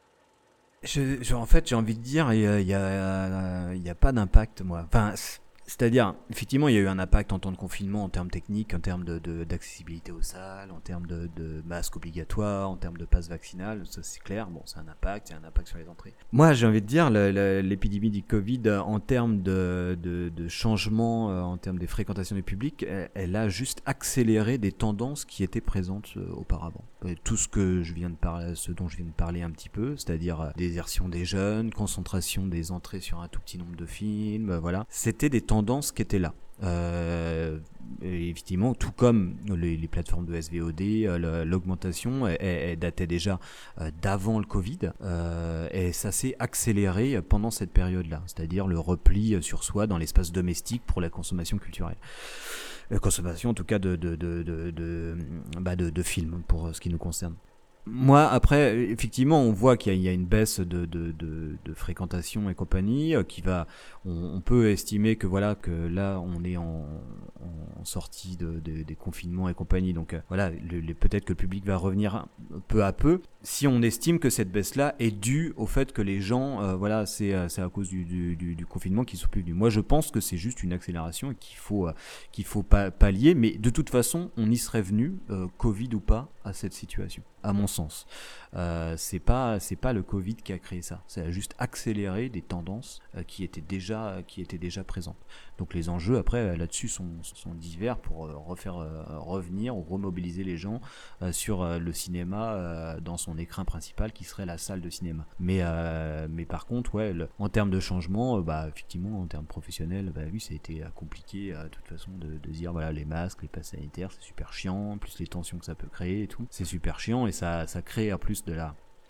Je, je, en fait, j'ai envie de dire, il n'y a, y a, y a pas d'impact, moi. Enfin, c'est-à-dire, effectivement, il y a eu un impact en temps de confinement, en termes techniques, en termes de, de, d'accessibilité aux salles, en termes de, de masques obligatoires, en termes de passe vaccinal, ça c'est clair, bon, c'est un impact, il y a un impact sur les entrées. Moi, j'ai envie de dire, le, le, l'épidémie du Covid, en termes de, de, de changement, en termes des fréquentations du public, elle, elle a juste accéléré des tendances qui étaient présentes euh, auparavant. Et tout ce que je viens de parler, ce dont je viens de parler un petit peu, c'est-à-dire désertion des jeunes, concentration des entrées sur un tout petit nombre de films, voilà, c'était des tendances qui étaient là. Euh, et effectivement, tout comme les, les plateformes de S V O D, euh, l'augmentation elle, elle datait déjà euh, d'avant le Covid, euh, et ça s'est accéléré pendant cette période-là, c'est-à-dire le repli sur soi dans l'espace domestique pour la consommation culturelle. La consommation en tout cas de, de, de, de, de, bah de, de films pour ce qui nous concerne. Moi, après, effectivement, on voit qu'il y a, il y a une baisse de, de, de, de fréquentation et compagnie, euh, qui va, on, on peut estimer que voilà, que là, on est en, en sortie de, de, des confinements et compagnie, donc euh, voilà, le, le, peut-être que le public va revenir peu à peu. Si on estime que cette baisse-là est due au fait que les gens, euh, voilà, c'est, c'est à cause du, du, du, du confinement qu'ils sont plus venus. Moi, je pense que c'est juste une accélération et qu'il faut, euh, qu'il faut pas pallier, mais de toute façon, on y serait venu, euh, Covid ou pas, à cette situation, à mon sens. Euh, c'est pas c'est pas le Covid qui a créé ça, ça a juste accéléré des tendances euh, qui étaient déjà qui étaient déjà présentes. Donc les enjeux après là-dessus sont sont divers pour euh, refaire euh, revenir ou remobiliser les gens euh, sur euh, le cinéma euh, dans son écrin principal qui serait la salle de cinéma. Mais euh, mais par contre ouais, le, en termes de changement, euh, bah effectivement en termes professionnels, bah oui ça a été compliqué euh, de toute façon de, de dire voilà les masques, les passes sanitaires c'est super chiant, plus les tensions que ça peut créer et tout, c'est super chiant et ça ça crée en plus de la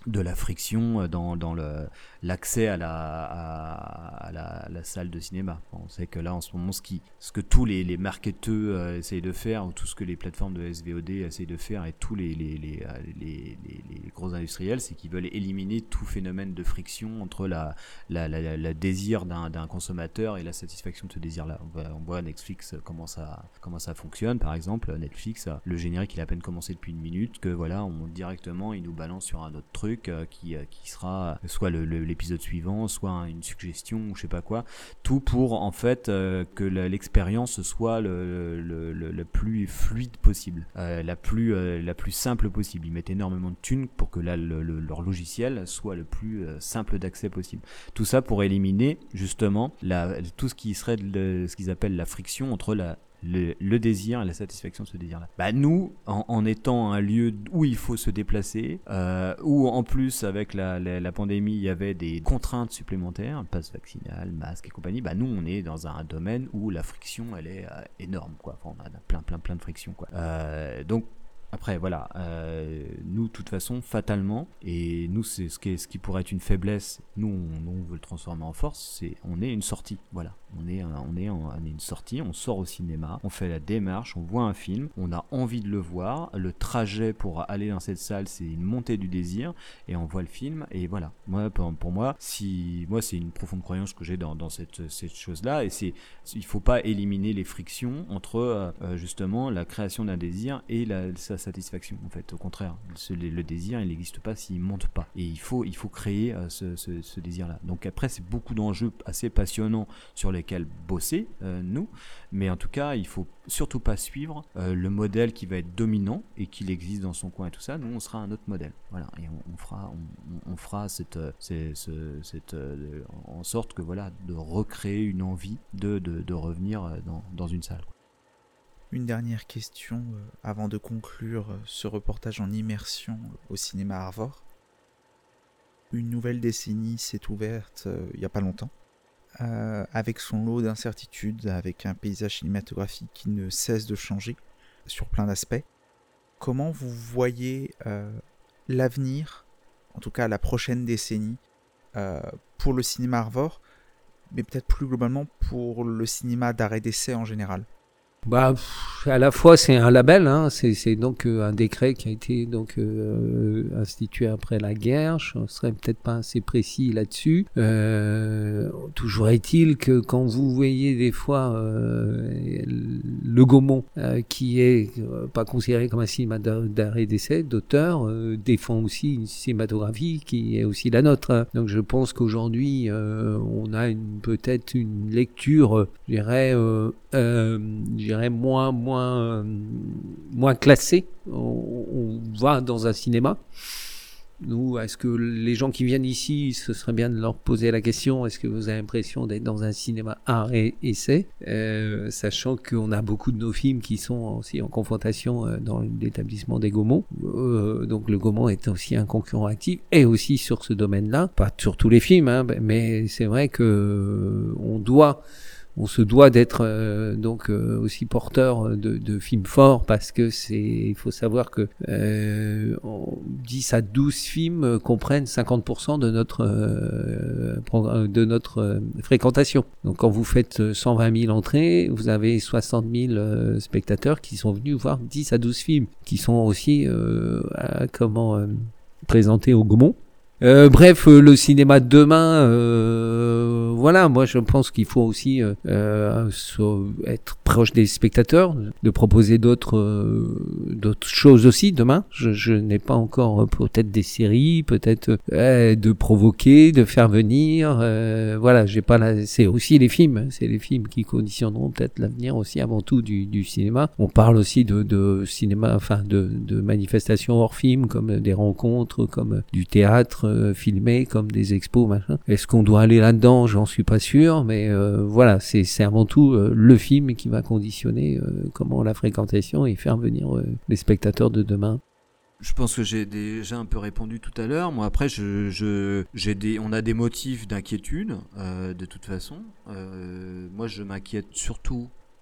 de la friction dans, dans le, l'accès à la, à, à, la, à la salle de cinéma. On sait que là, en ce moment, ce, qui, ce que tous les, les marketeurs euh, essayent de faire, ou tout ce que les plateformes de S V O D essayent de faire, et tous les, les, les, les, les, les gros industriels, c'est qu'ils veulent éliminer tout phénomène de friction entre la, la, la, la, la désir d'un, d'un consommateur et la satisfaction de ce désir-là. On voit, on voit Netflix, comment ça, comment ça fonctionne, par exemple. Netflix, le générique, il a à peine commencé depuis une minute, que voilà, on, directement, il nous balance sur un autre truc Qui, qui sera soit le, le, l'épisode suivant, soit une suggestion ou je sais pas quoi, tout pour en fait euh, que la, l'expérience soit le, le, le, le plus fluide possible, euh, la, plus, euh, la plus simple possible. Ils mettent énormément de thunes pour que là, le, le, leur logiciel soit le plus euh, simple d'accès possible. Tout ça pour éliminer justement la, tout ce qui serait le, ce qu'ils appellent la friction entre la Le, le désir et la satisfaction de ce désir-là. Bah nous, en, en étant un lieu où il faut se déplacer, euh, où en plus avec la, la, la pandémie il y avait des contraintes supplémentaires, passe vaccinal, masque et compagnie, bah nous on est dans un domaine où la friction elle est euh, énorme quoi. Enfin, on a plein plein plein de friction quoi. Euh, donc après voilà, euh, nous de toute façon fatalement, et nous c'est ce qui, est, ce qui pourrait être une faiblesse, nous on, on veut le transformer en force, c'est on est une sortie, voilà, on est, un, on, est en, on est une sortie, on sort au cinéma, on fait la démarche, on voit un film, on a envie de le voir, le trajet pour aller dans cette salle c'est une montée du désir, et on voit le film, et voilà, moi pour, pour moi, si, moi c'est une profonde croyance que j'ai dans, dans cette, cette chose-là, et c'est, il faut pas éliminer les frictions entre euh, justement la création d'un désir et la, sa satisfaction en fait, au contraire ce, le, le désir il n'existe pas s'il monte pas, et il faut, il faut créer euh, ce, ce, ce désir là. Donc après c'est beaucoup d'enjeux assez passionnants sur lesquels bosser euh, nous, mais en tout cas il faut surtout pas suivre euh, le modèle qui va être dominant et qu'il existe dans son coin et tout ça. Nous on sera un autre modèle, voilà, et on, on fera on, on fera cette, cette, cette, cette euh, en sorte que voilà, de recréer une envie de, de, de revenir dans, dans une salle. Une dernière question euh, avant de conclure euh, ce reportage en immersion au cinéma Arvor. Une nouvelle décennie s'est ouverte euh, il n'y a pas longtemps, euh, avec son lot d'incertitudes, avec un paysage cinématographique qui ne cesse de changer sur plein d'aspects. Comment vous voyez euh, l'avenir, en tout cas la prochaine décennie, euh, pour le cinéma Arvor, mais peut-être plus globalement pour le cinéma d'arrêt d'essai en général? Bah, pff, à la fois c'est un label, hein, c'est, c'est donc euh, un décret qui a été donc euh, institué après la guerre. Je ne serais peut-être pas assez précis là-dessus. Euh, toujours est-il que quand vous voyez des fois euh, le Gaumont, euh, qui est euh, pas considéré comme un cinéma d'arrêt d'essai, d'auteur, euh, défend aussi une cinématographie qui est aussi la nôtre. Hein. Donc je pense qu'aujourd'hui euh, on a une, peut-être une lecture, euh, je dirais. Euh, euh, je dirais moins moins euh, moins classé. On, on va dans un cinéma. Nous, est-ce que les gens qui viennent ici, ce serait bien de leur poser la question, est-ce que vous avez l'impression d'être dans un cinéma art et essai, euh, sachant qu'on a beaucoup de nos films qui sont aussi en confrontation euh, dans l'établissement des Gaumont. Euh, donc le Gaumont est aussi un concurrent actif, et aussi sur ce domaine-là, pas sur tous les films, hein, mais c'est vrai que euh, on doit on se doit d'être euh, donc euh, aussi porteur de, de films forts, parce que c'est, il faut savoir que euh, dix à douze films comprennent cinquante pour cent de notre euh, de notre euh, fréquentation. Donc quand vous faites cent vingt mille entrées, vous avez soixante mille euh, spectateurs qui sont venus voir dix à douze films, qui sont aussi euh, à, comment euh, présentés au Gaumont. Euh, bref, euh, le cinéma de demain, euh, voilà, moi je pense qu'il faut aussi euh, euh, être proche des spectateurs, de proposer d'autres euh, d'autres choses aussi demain. Je, je n'ai pas encore euh, peut-être des séries, peut-être euh, de provoquer, de faire venir. Euh, voilà, j'ai pas la. C'est aussi les films, c'est les films qui conditionneront peut-être l'avenir aussi avant tout du, du cinéma. On parle aussi de, de cinéma, enfin de, de manifestations hors film, comme des rencontres, comme du théâtre. Euh, filmés comme des expos, machin. Est-ce qu'on doit aller là-dedans? J'en suis pas sûr, mais euh, voilà, c'est, c'est avant tout euh, le film qui va conditionner euh, comment la fréquentation et faire venir euh, les spectateurs de demain. Je pense que j'ai déjà un peu répondu tout à l'heure. Moi, après, je, je, j'ai des, on a des motifs d'inquiétude, euh, de toute façon. Euh, moi, je m'inquiète surtout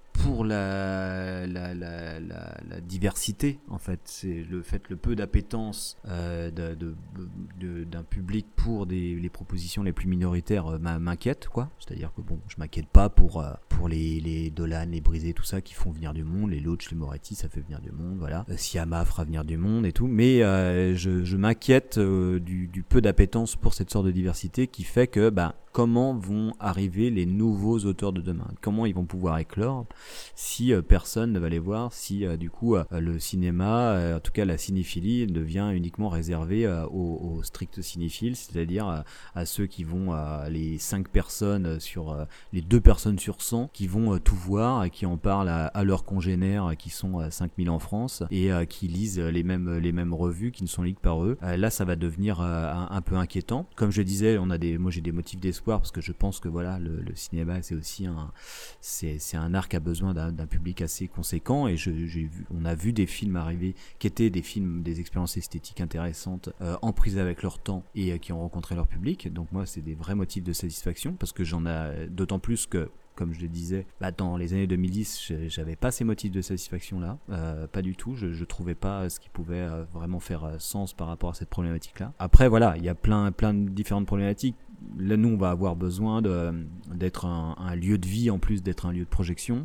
pour la, la, la, la, la diversité, en fait. C'est le fait, le peu d'appétence euh, de, de, de, d'un public pour des, les propositions les plus minoritaires euh, m'inquiète, quoi. C'est-à-dire que bon, je m'inquiète pas pour, euh, pour les, les Dolan, les Brisés, tout ça, qui font venir du monde, les Loach, les Moretti, ça fait venir du monde, voilà. Euh, Siama fera venir du monde et tout, mais euh, je, je m'inquiète euh, du, du peu d'appétence pour cette sorte de diversité qui fait que, bah, comment vont arriver les nouveaux auteurs de demain? Comment ils vont pouvoir éclore si euh, personne ne va les voir, si euh, du coup euh, le cinéma, euh, en tout cas la cinéphilie, devient uniquement réservée euh, aux, aux stricts cinéphiles, c'est-à-dire euh, à ceux qui vont, euh, les cinq personnes sur, euh, les deux personnes sur cent qui vont euh, tout voir et qui en parlent à, à leurs congénères qui sont euh, cinq mille en France et euh, qui lisent les mêmes, les mêmes revues qui ne sont liées que par eux. Euh, là, ça va devenir euh, un, un peu inquiétant. Comme je disais, on a des, moi j'ai des motifs d'espoir parce que je pense que voilà, le, le cinéma c'est aussi un, c'est, c'est un art qui a besoin d'un, d'un public assez conséquent et je, j'ai vu, on a vu des films arriver qui étaient des films, des expériences esthétiques intéressantes, euh, en prise avec leur temps et euh, qui ont rencontré leur public. Donc moi c'est des vrais motifs de satisfaction parce que j'en ai d'autant plus que, comme je le disais, bah dans les années deux mille dix, j'avais pas ces motifs de satisfaction-là, euh, pas du tout. Je, je trouvais pas ce qui pouvait euh, vraiment faire euh, sens par rapport à cette problématique-là. Après, voilà, il y a plein, plein de différentes problématiques. Là, nous, on va avoir besoin de, d'être un, un lieu de vie en plus d'être un lieu de projection.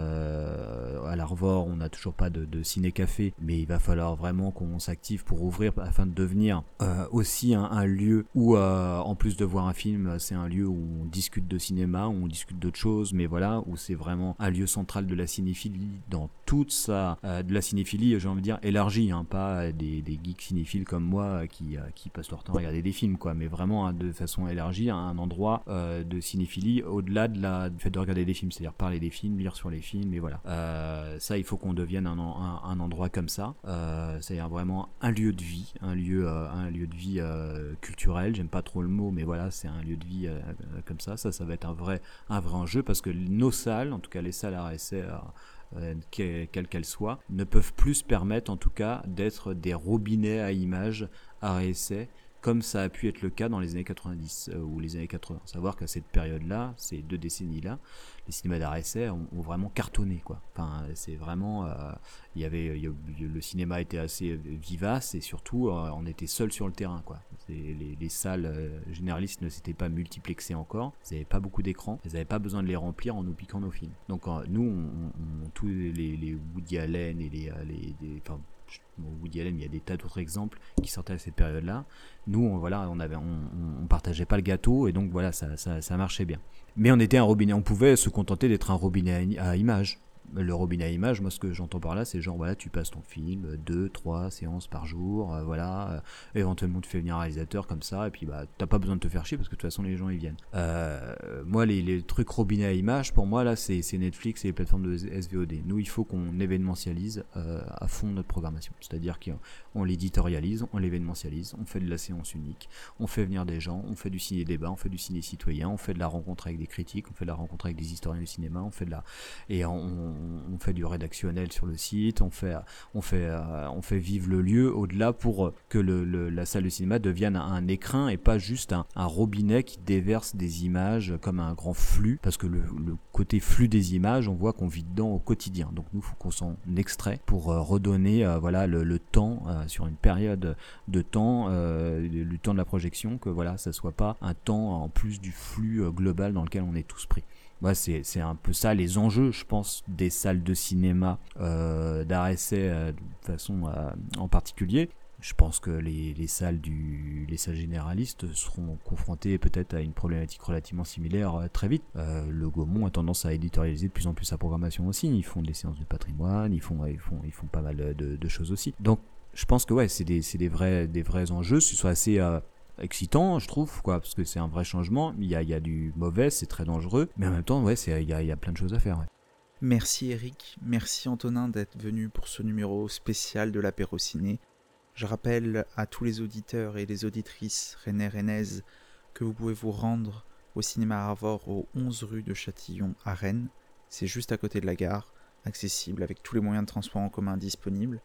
Euh, à l'Arvor, on n'a toujours pas de, de ciné-café, mais il va falloir vraiment qu'on s'active pour ouvrir afin de devenir euh, aussi un, un lieu où, euh, en plus de voir un film, c'est un lieu où on discute de cinéma, où on discute d'autres choses, mais voilà, où c'est vraiment un lieu central de la cinéphilie dans toute sa, euh, de la cinéphilie, j'ai envie de dire élargie, hein, pas des, des geeks cinéphiles comme moi qui, euh, qui passent leur temps à regarder des films, quoi, mais vraiment hein, de façon élargie à un endroit euh, de cinéphilie au-delà de la, du fait de regarder des films, c'est-à-dire parler des films, lire sur les films, et voilà. Euh, ça, il faut qu'on devienne un, un, un endroit comme ça, euh, c'est-à-dire vraiment un lieu de vie, un lieu, euh, un lieu de vie euh, culturel. J'aime pas trop le mot, mais voilà, c'est un lieu de vie euh, comme ça. Ça, ça va être un vrai, un vrai enjeu parce que nos salles, en tout cas les salles R S A, Euh, quelles qu'elles soient, ne peuvent plus se permettre en tout cas d'être des robinets à images à réessai comme ça a pu être le cas dans les années quatre-vingt-dix euh, ou les années quatre-vingts. Savoir qu'à cette période-là, ces deux décennies-là, les cinémas d'art essai ont, ont vraiment cartonné, quoi. Enfin, c'est vraiment, euh, il y avait, il y a, le cinéma était assez vivace et surtout, euh, on était seul sur le terrain, quoi. C'est, les, les salles euh, généralistes ne s'étaient pas multiplexées encore. Elles n'avaient pas beaucoup d'écrans. Elles n'avaient pas besoin de les remplir en nous piquant nos films. Donc, euh, nous, on, on, tous les, les Woody Allen et les, les, les enfin, Woody Allen, il y a des tas d'autres exemples qui sortaient à cette période-là. Nous, on, voilà, on avait, on, on partageait pas le gâteau et donc voilà, ça, ça, ça marchait bien. Mais on était un robinet, on pouvait se contenter d'être un robinet à, à images. Le robinet à images, moi ce que j'entends par là, c'est genre voilà, tu passes ton film, deux, trois séances par jour, euh, voilà, euh, éventuellement tu fais venir un réalisateur comme ça, et puis bah t'as pas besoin de te faire chier parce que de toute façon les gens ils viennent. Euh, moi les, les trucs robinet à images, pour moi là c'est, c'est Netflix et les plateformes de S V O D. Nous il faut qu'on événementialise euh, à fond notre programmation, c'est-à-dire qu'on l'éditorialise, on l'événementialise, on fait de la séance unique, on fait venir des gens, on fait du ciné-débat, on fait du ciné-citoyen, on fait de la rencontre avec des critiques, on fait de la rencontre avec des historiens du cinéma, on fait de la... et on on fait du rédactionnel sur le site, on fait, on fait, euh, on fait vivre le lieu au-delà pour que le, le, la salle de cinéma devienne un, un écrin et pas juste un, un robinet qui déverse des images comme un grand flux, parce que le, le côté flux des images, on voit qu'on vit dedans au quotidien. Donc nous, il faut qu'on s'en extrait pour euh, redonner euh, voilà, le, le temps, euh, sur une période de temps, euh, du temps de la projection, que voilà, ça soit pas un temps en plus du flux euh, global dans lequel on est tous pris. Ouais, c'est, c'est un peu ça les enjeux, je pense, des salles de cinéma euh, d'art essai euh, de façon euh, en particulier. Je pense que les, les salles du, les salles généralistes seront confrontées peut-être à une problématique relativement similaire euh, très vite. Euh, le Gaumont a tendance à éditorialiser de plus en plus sa programmation aussi. Ils font des séances de patrimoine, ils font, ils font, ils font pas mal de, de choses aussi. Donc, je pense que ouais, c'est des, c'est des vrais, des vrais enjeux. Ce soit assez euh, excitant, je trouve, quoi, parce que c'est un vrai changement. Il y a, il y a du mauvais, c'est très dangereux, mais en même temps, ouais, c'est, il y a, il y a plein de choses à faire. Ouais. Merci Eric, merci Antonin d'être venu pour ce numéro spécial de l'apéro ciné. Je rappelle à tous les auditeurs et les auditrices rennais rennaises que vous pouvez vous rendre au cinéma Arvor au onze rue de Châtillon à Rennes. C'est juste à côté de la gare, accessible avec tous les moyens de transport en commun disponibles.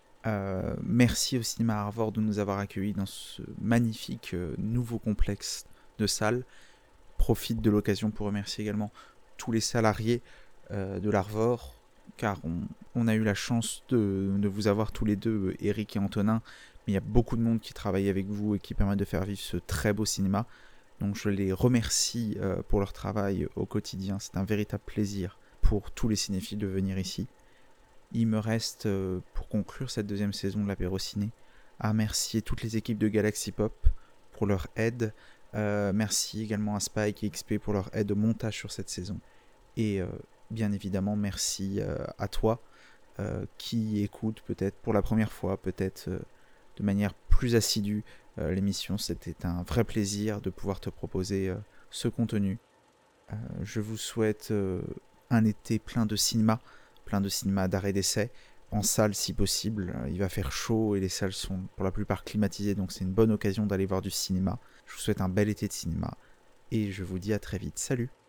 Euh, merci au cinéma Arvor de nous avoir accueillis dans ce magnifique euh, nouveau complexe de salles. Profite de l'occasion pour remercier également tous les salariés euh, de l'Arvor, car on, on a eu la chance de, de vous avoir tous les deux, Eric et Antonin, mais il y a beaucoup de monde qui travaille avec vous et qui permet de faire vivre ce très beau cinéma. Donc je les remercie euh, pour leur travail au quotidien. C'est un véritable plaisir pour tous les cinéphiles de venir ici. Il me reste, euh, pour conclure cette deuxième saison de l'Apéro Ciné, à remercier toutes les équipes de Galaxy Pop pour leur aide. Euh, merci également à Spike et X P pour leur aide au montage sur cette saison. Et euh, bien évidemment, merci euh, à toi euh, qui écoute peut-être pour la première fois, peut-être euh, de manière plus assidue euh, l'émission. C'était un vrai plaisir de pouvoir te proposer euh, ce contenu. Euh, je vous souhaite euh, un été plein de cinéma, plein de cinéma d'arrêt d'essai, en salle si possible. Il va faire chaud et les salles sont pour la plupart climatisées, donc c'est une bonne occasion d'aller voir du cinéma. Je vous souhaite un bel été de cinéma et je vous dis à très vite. Salut!